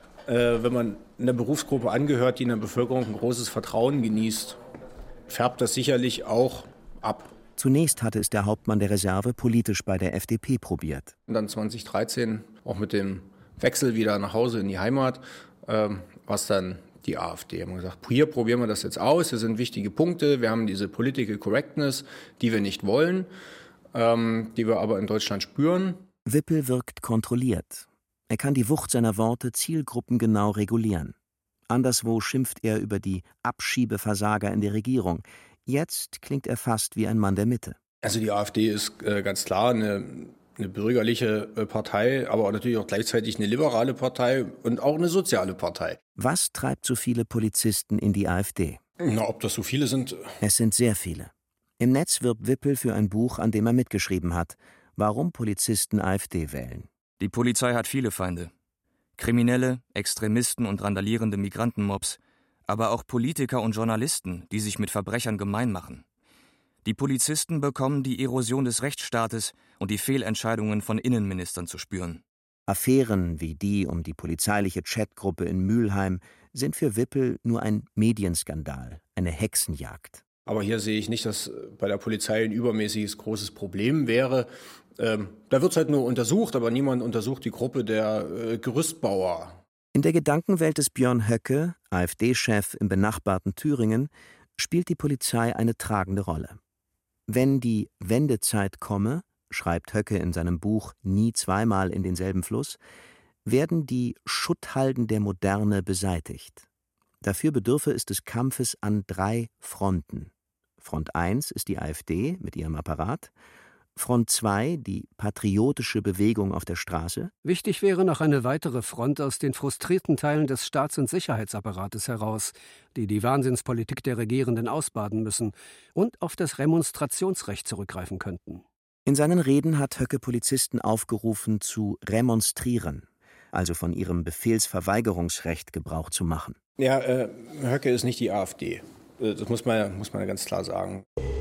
äh, wenn man einer Berufsgruppe angehört, die in der Bevölkerung ein großes Vertrauen genießt, färbt das sicherlich auch ab. Zunächst hatte es der Hauptmann der Reserve politisch bei der F D P probiert. Und dann zweitausenddreizehn, auch mit dem Wechsel wieder nach Hause in die Heimat, äh, war es dann die AfD. Wir haben gesagt, hier probieren wir das jetzt aus, hier sind wichtige Punkte, wir haben diese Political Correctness, die wir nicht wollen, ähm, die wir aber in Deutschland spüren. Wippel wirkt kontrolliert. Er kann die Wucht seiner Worte zielgruppengenau regulieren. Anderswo schimpft er über die Abschiebeversager in der Regierung. Jetzt klingt er fast wie ein Mann der Mitte. Also die AfD ist äh, ganz klar eine, eine bürgerliche äh, Partei, aber natürlich auch gleichzeitig eine liberale Partei und auch eine soziale Partei. Was treibt so viele Polizisten in die AfD? Na, ob das so viele sind? Es sind sehr viele. Im Netz wirbt Wippel für ein Buch, an dem er mitgeschrieben hat, warum Polizisten AfD wählen. Die Polizei hat viele Feinde. Kriminelle, Extremisten und randalierende Migrantenmobs, aber auch Politiker und Journalisten, die sich mit Verbrechern gemein machen. Die Polizisten bekommen die Erosion des Rechtsstaates und die Fehlentscheidungen von Innenministern zu spüren. Affären wie die um die polizeiliche Chatgruppe in Mülheim sind für Wippel nur ein Medienskandal, eine Hexenjagd. Aber hier sehe ich nicht, dass bei der Polizei ein übermäßiges großes Problem wäre. Ähm, da wird es halt nur untersucht, aber niemand untersucht die Gruppe der äh, Gerüstbauer. In der Gedankenwelt des Björn Höcke, AfD-Chef im benachbarten Thüringen, spielt die Polizei eine tragende Rolle. Wenn die Wendezeit komme, schreibt Höcke in seinem Buch Nie zweimal in denselben Fluss, werden die Schutthalden der Moderne beseitigt. Dafür bedürfe es des Kampfes an drei Fronten. Front eins ist die AfD mit ihrem Apparat, Front zwei die patriotische Bewegung auf der Straße. Wichtig wäre noch eine weitere Front aus den frustrierten Teilen des Staats- und Sicherheitsapparates heraus, die die Wahnsinnspolitik der Regierenden ausbaden müssen und auf das Remonstrationsrecht zurückgreifen könnten. In seinen Reden hat Höcke Polizisten aufgerufen, zu remonstrieren, also von ihrem Befehlsverweigerungsrecht Gebrauch zu machen. Ja, äh, Höcke ist nicht die AfD. Das muss man, muss man ganz klar sagen.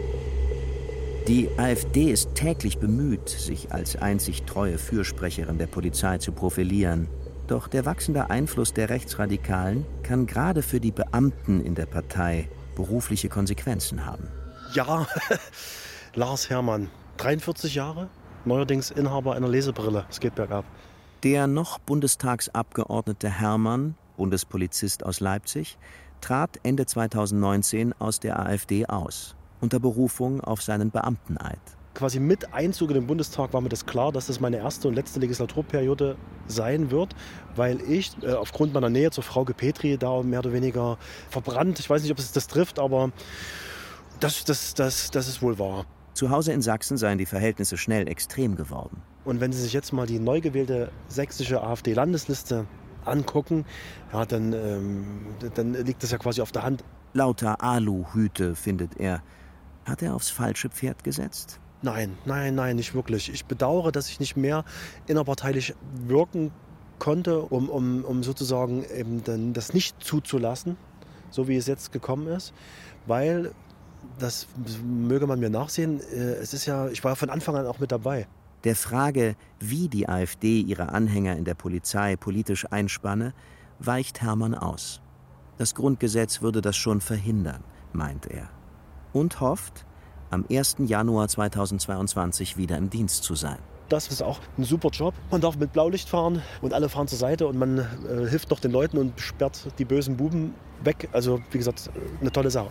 Die AfD ist täglich bemüht, sich als einzig treue Fürsprecherin der Polizei zu profilieren. Doch der wachsende Einfluss der Rechtsradikalen kann gerade für die Beamten in der Partei berufliche Konsequenzen haben. Ja, Lars Herrmann, dreiundvierzig Jahre, neuerdings Inhaber einer Lesebrille. Es geht bergab. Der noch Bundestagsabgeordnete Herrmann, Bundespolizist aus Leipzig, trat Ende zweitausendneunzehn aus der AfD aus, unter Berufung auf seinen Beamteneid. Quasi mit Einzug in den Bundestag war mir das klar, dass das meine erste und letzte Legislaturperiode sein wird, weil ich äh, aufgrund meiner Nähe zur Frauke Petri da mehr oder weniger verbrannt, ich weiß nicht, ob es das trifft, aber das, das, das, das ist wohl wahr. Zu Hause in Sachsen seien die Verhältnisse schnell extrem geworden. Und wenn Sie sich jetzt mal die neu gewählte sächsische AfD-Landesliste angucken, ja, dann, ähm, dann liegt das ja quasi auf der Hand. Lauter Aluhüte, findet er. Hat er aufs falsche Pferd gesetzt? Nein, nein, nein, nicht wirklich. Ich bedauere, dass ich nicht mehr innerparteilich wirken konnte, um, um, um sozusagen eben dann das nicht zuzulassen, so wie es jetzt gekommen ist, weil, das möge man mir nachsehen, es ist ja, ich war von Anfang an auch mit dabei. Der Frage, wie die AfD ihre Anhänger in der Polizei politisch einspanne, weicht Herrmann aus. Das Grundgesetz würde das schon verhindern, meint er. Und hofft, am ersten Januar zweitausendzweiundzwanzig wieder im Dienst zu sein. Das ist auch ein super Job. Man darf mit Blaulicht fahren und alle fahren zur Seite und man äh, hilft noch den Leuten und sperrt die bösen Buben weg. Also wie gesagt, eine tolle Sache.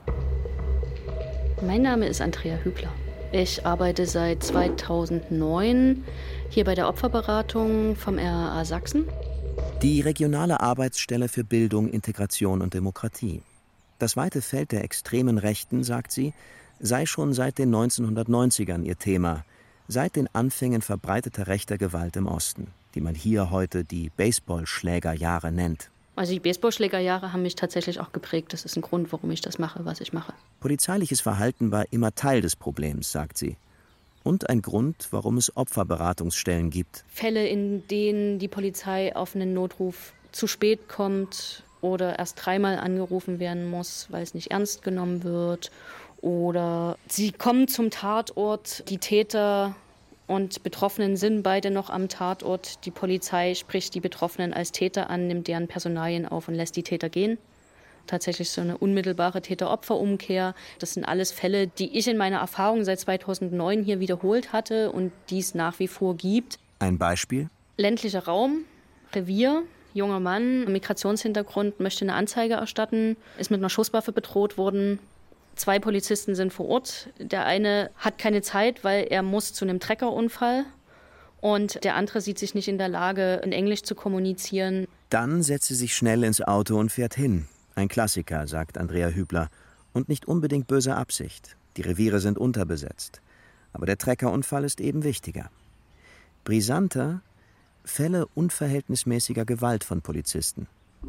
Mein Name ist Andrea Hübler. Ich arbeite seit zweitausendneun hier bei der Opferberatung vom R A A Sachsen. Die regionale Arbeitsstelle für Bildung, Integration und Demokratie. Das weite Feld der extremen Rechten, sagt sie, sei schon seit den neunzehnhundertneunzigern ihr Thema, seit den Anfängen verbreiteter rechter Gewalt im Osten, die man hier heute die Baseballschlägerjahre nennt. Also die Baseballschlägerjahre haben mich tatsächlich auch geprägt. Das ist ein Grund, warum ich das mache, was ich mache. Polizeiliches Verhalten war immer Teil des Problems, sagt sie. Und ein Grund, warum es Opferberatungsstellen gibt. Fälle, in denen die Polizei auf einen Notruf zu spät kommt oder erst dreimal angerufen werden muss, weil es nicht ernst genommen wird. Oder sie kommen zum Tatort, die Täter und Betroffenen sind beide noch am Tatort. Die Polizei spricht die Betroffenen als Täter an, nimmt deren Personalien auf und lässt die Täter gehen. Tatsächlich so eine unmittelbare Täter-Opfer-Umkehr. Das sind alles Fälle, die ich in meiner Erfahrung seit zweitausendneun hier wiederholt hatte und die es nach wie vor gibt. Ein Beispiel? Ländlicher Raum, Revier, junger Mann, Migrationshintergrund, möchte eine Anzeige erstatten, ist mit einer Schusswaffe bedroht worden. Zwei Polizisten sind vor Ort. Der eine hat keine Zeit, weil er muss zu einem Treckerunfall. Und der andere sieht sich nicht in der Lage, in Englisch zu kommunizieren. Dann setzt sie sich schnell ins Auto und fährt hin. Ein Klassiker, sagt Andrea Hübler. Und nicht unbedingt böse Absicht. Die Reviere sind unterbesetzt. Aber der Treckerunfall ist eben wichtiger. Brisanter: Fälle unverhältnismäßiger Gewalt von Polizisten.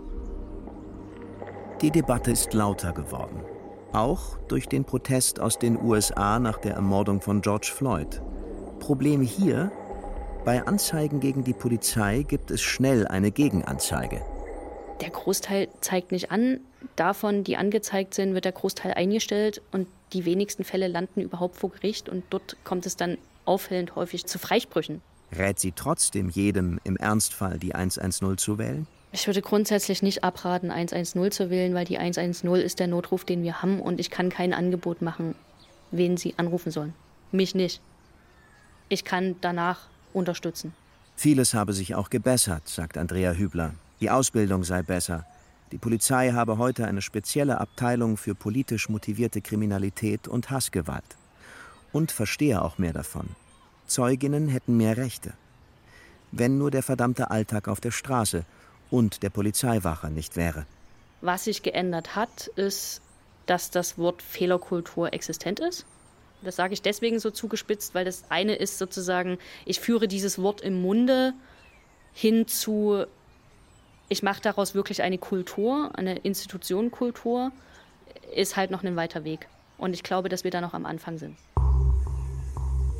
Die Debatte ist lauter geworden. Auch durch den Protest aus den U S A nach der Ermordung von George Floyd. Problem hier: Bei Anzeigen gegen die Polizei gibt es schnell eine Gegenanzeige. Der Großteil zeigt nicht an. Davon, die angezeigt sind, wird der Großteil eingestellt und die wenigsten Fälle landen überhaupt vor Gericht und dort kommt es dann auffällend häufig zu Freisprüchen. Rät sie trotzdem jedem im Ernstfall die eins eins null zu wählen? Ich würde grundsätzlich nicht abraten, eins eins null zu wählen, weil die eins eins null ist der Notruf, den wir haben und ich kann kein Angebot machen, wen Sie anrufen sollen. Mich nicht. Ich kann danach unterstützen. Vieles habe sich auch gebessert, sagt Andrea Hübler. Die Ausbildung sei besser. Die Polizei habe heute eine spezielle Abteilung für politisch motivierte Kriminalität und Hassgewalt. Und verstehe auch mehr davon. Zeuginnen hätten mehr Rechte. Wenn nur der verdammte Alltag auf der Straße und der Polizeiwache nicht wäre. Was sich geändert hat, ist, dass das Wort Fehlerkultur existent ist. Das sage ich deswegen so zugespitzt, weil das eine ist sozusagen, ich führe dieses Wort im Munde hin zu, ich mache daraus wirklich eine Kultur, eine Institutionenkultur, ist halt noch ein weiter Weg. Und ich glaube, dass wir da noch am Anfang sind.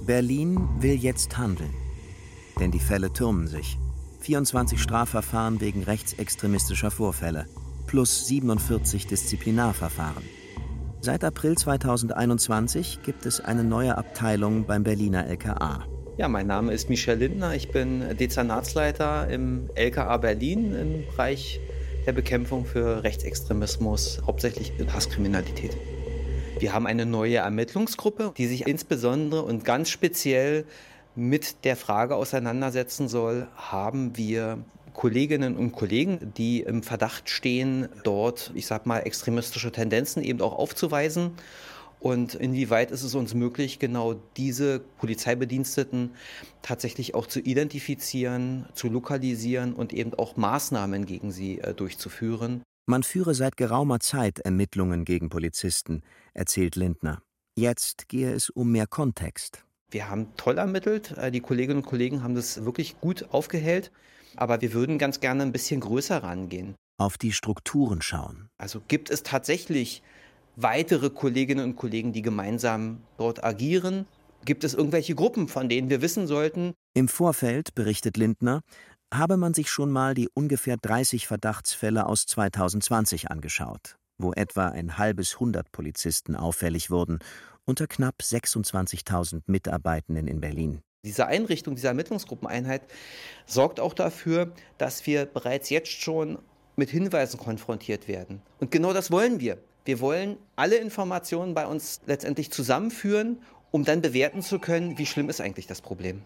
Berlin will jetzt handeln. Denn die Fälle türmen sich. vierundzwanzig Strafverfahren wegen rechtsextremistischer Vorfälle. Plus siebenundvierzig Disziplinarverfahren. Seit April zweitausendeinundzwanzig gibt es eine neue Abteilung beim Berliner L K A. Ja, mein Name ist Michel Lindner. Ich bin Dezernatsleiter im L K A Berlin im Bereich der Bekämpfung für Rechtsextremismus, hauptsächlich Hasskriminalität. Wir haben eine neue Ermittlungsgruppe, die sich insbesondere und ganz speziell mit der Frage auseinandersetzen soll, haben wir Kolleginnen und Kollegen, die im Verdacht stehen, dort, ich sag mal, extremistische Tendenzen eben auch aufzuweisen. Und inwieweit ist es uns möglich, genau diese Polizeibediensteten tatsächlich auch zu identifizieren, zu lokalisieren und eben auch Maßnahmen gegen sie äh, durchzuführen. Man führe seit geraumer Zeit Ermittlungen gegen Polizisten, erzählt Lindner. Jetzt gehe es um mehr Kontext. Wir haben toll ermittelt, die Kolleginnen und Kollegen haben das wirklich gut aufgehellt, aber wir würden ganz gerne ein bisschen größer rangehen. Auf die Strukturen schauen. Also gibt es tatsächlich weitere Kolleginnen und Kollegen, die gemeinsam dort agieren? Gibt es irgendwelche Gruppen, von denen wir wissen sollten? Im Vorfeld, berichtet Lindner, habe man sich schon mal die ungefähr dreißig Verdachtsfälle aus zweitausendzwanzig angeschaut, wo etwa ein halbes Hundert Polizisten auffällig wurden, unter knapp sechsundzwanzigtausend Mitarbeitenden in Berlin. Diese Einrichtung dieser Ermittlungsgruppeneinheit sorgt auch dafür, dass wir bereits jetzt schon mit Hinweisen konfrontiert werden. Und genau das wollen wir. Wir wollen alle Informationen bei uns letztendlich zusammenführen, um dann bewerten zu können, wie schlimm ist eigentlich das Problem.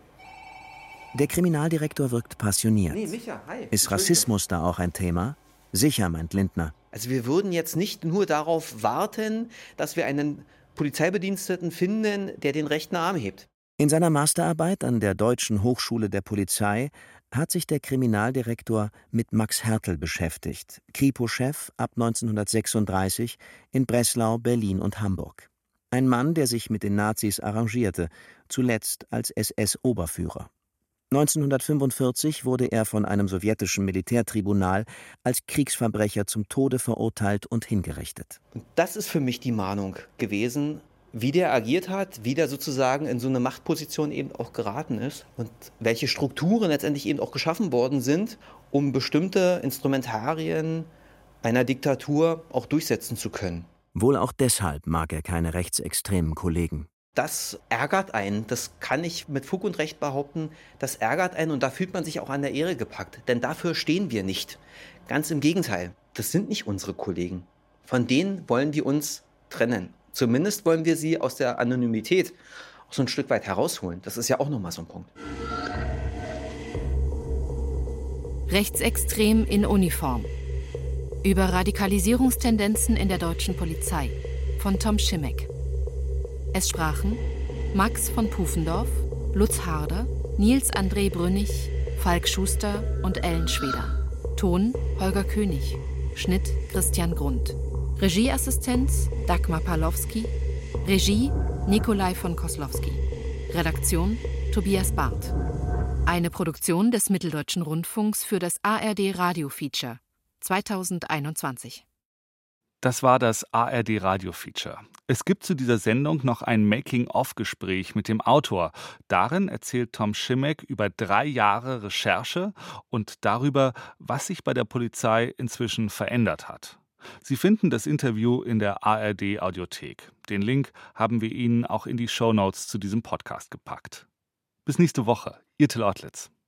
Der Kriminaldirektor wirkt passioniert. Nee, Micha, hi. Ist Rassismus da auch ein Thema? Sicher, meint Lindner. Also wir würden jetzt nicht nur darauf warten, dass wir einen Polizeibediensteten finden, der den rechten Arm hebt. In seiner Masterarbeit an der Deutschen Hochschule der Polizei hat sich der Kriminaldirektor mit Max Hertel beschäftigt, Kripo-Chef ab neunzehnhundertsechsunddreißig in Breslau, Berlin und Hamburg. Ein Mann, der sich mit den Nazis arrangierte, zuletzt als S S-Oberführer. neunzehnhundertfünfundvierzig wurde er von einem sowjetischen Militärtribunal als Kriegsverbrecher zum Tode verurteilt und hingerichtet. Und das ist für mich die Mahnung gewesen, wie der agiert hat, wie der sozusagen in so eine Machtposition eben auch geraten ist und welche Strukturen letztendlich eben auch geschaffen worden sind, um bestimmte Instrumentarien einer Diktatur auch durchsetzen zu können. Wohl auch deshalb mag er keine rechtsextremen Kollegen. Das ärgert einen, das kann ich mit Fug und Recht behaupten, das ärgert einen und da fühlt man sich auch an der Ehre gepackt. Denn dafür stehen wir nicht. Ganz im Gegenteil, das sind nicht unsere Kollegen. Von denen wollen wir uns trennen. Zumindest wollen wir sie aus der Anonymität auch so ein Stück weit herausholen. Das ist ja auch nochmal so ein Punkt. Rechtsextrem in Uniform. Über Radikalisierungstendenzen in der deutschen Polizei von Tom Schimek. Es sprachen Max von Pufendorf, Lutz Harder, Nils André Brünnig, Falk Schuster und Ellen Schweder. Ton Holger König. Schnitt Christian Grund. Regieassistenz Dagmar Pawlowski. Regie Nikolai von Koslowski. Redaktion Tobias Barth. Eine Produktion des Mitteldeutschen Rundfunks für das A R D Radio Feature zweitausendeinundzwanzig. Das war das A R D Radio Feature. Es gibt zu dieser Sendung noch ein Making-of-Gespräch mit dem Autor. Darin erzählt Tom Schimek über drei Jahre Recherche und darüber, was sich bei der Polizei inzwischen verändert hat. Sie finden das Interview in der A R D Audiothek. Den Link haben wir Ihnen auch in die Shownotes zu diesem Podcast gepackt. Bis nächste Woche. Ihr Till Ortlitz.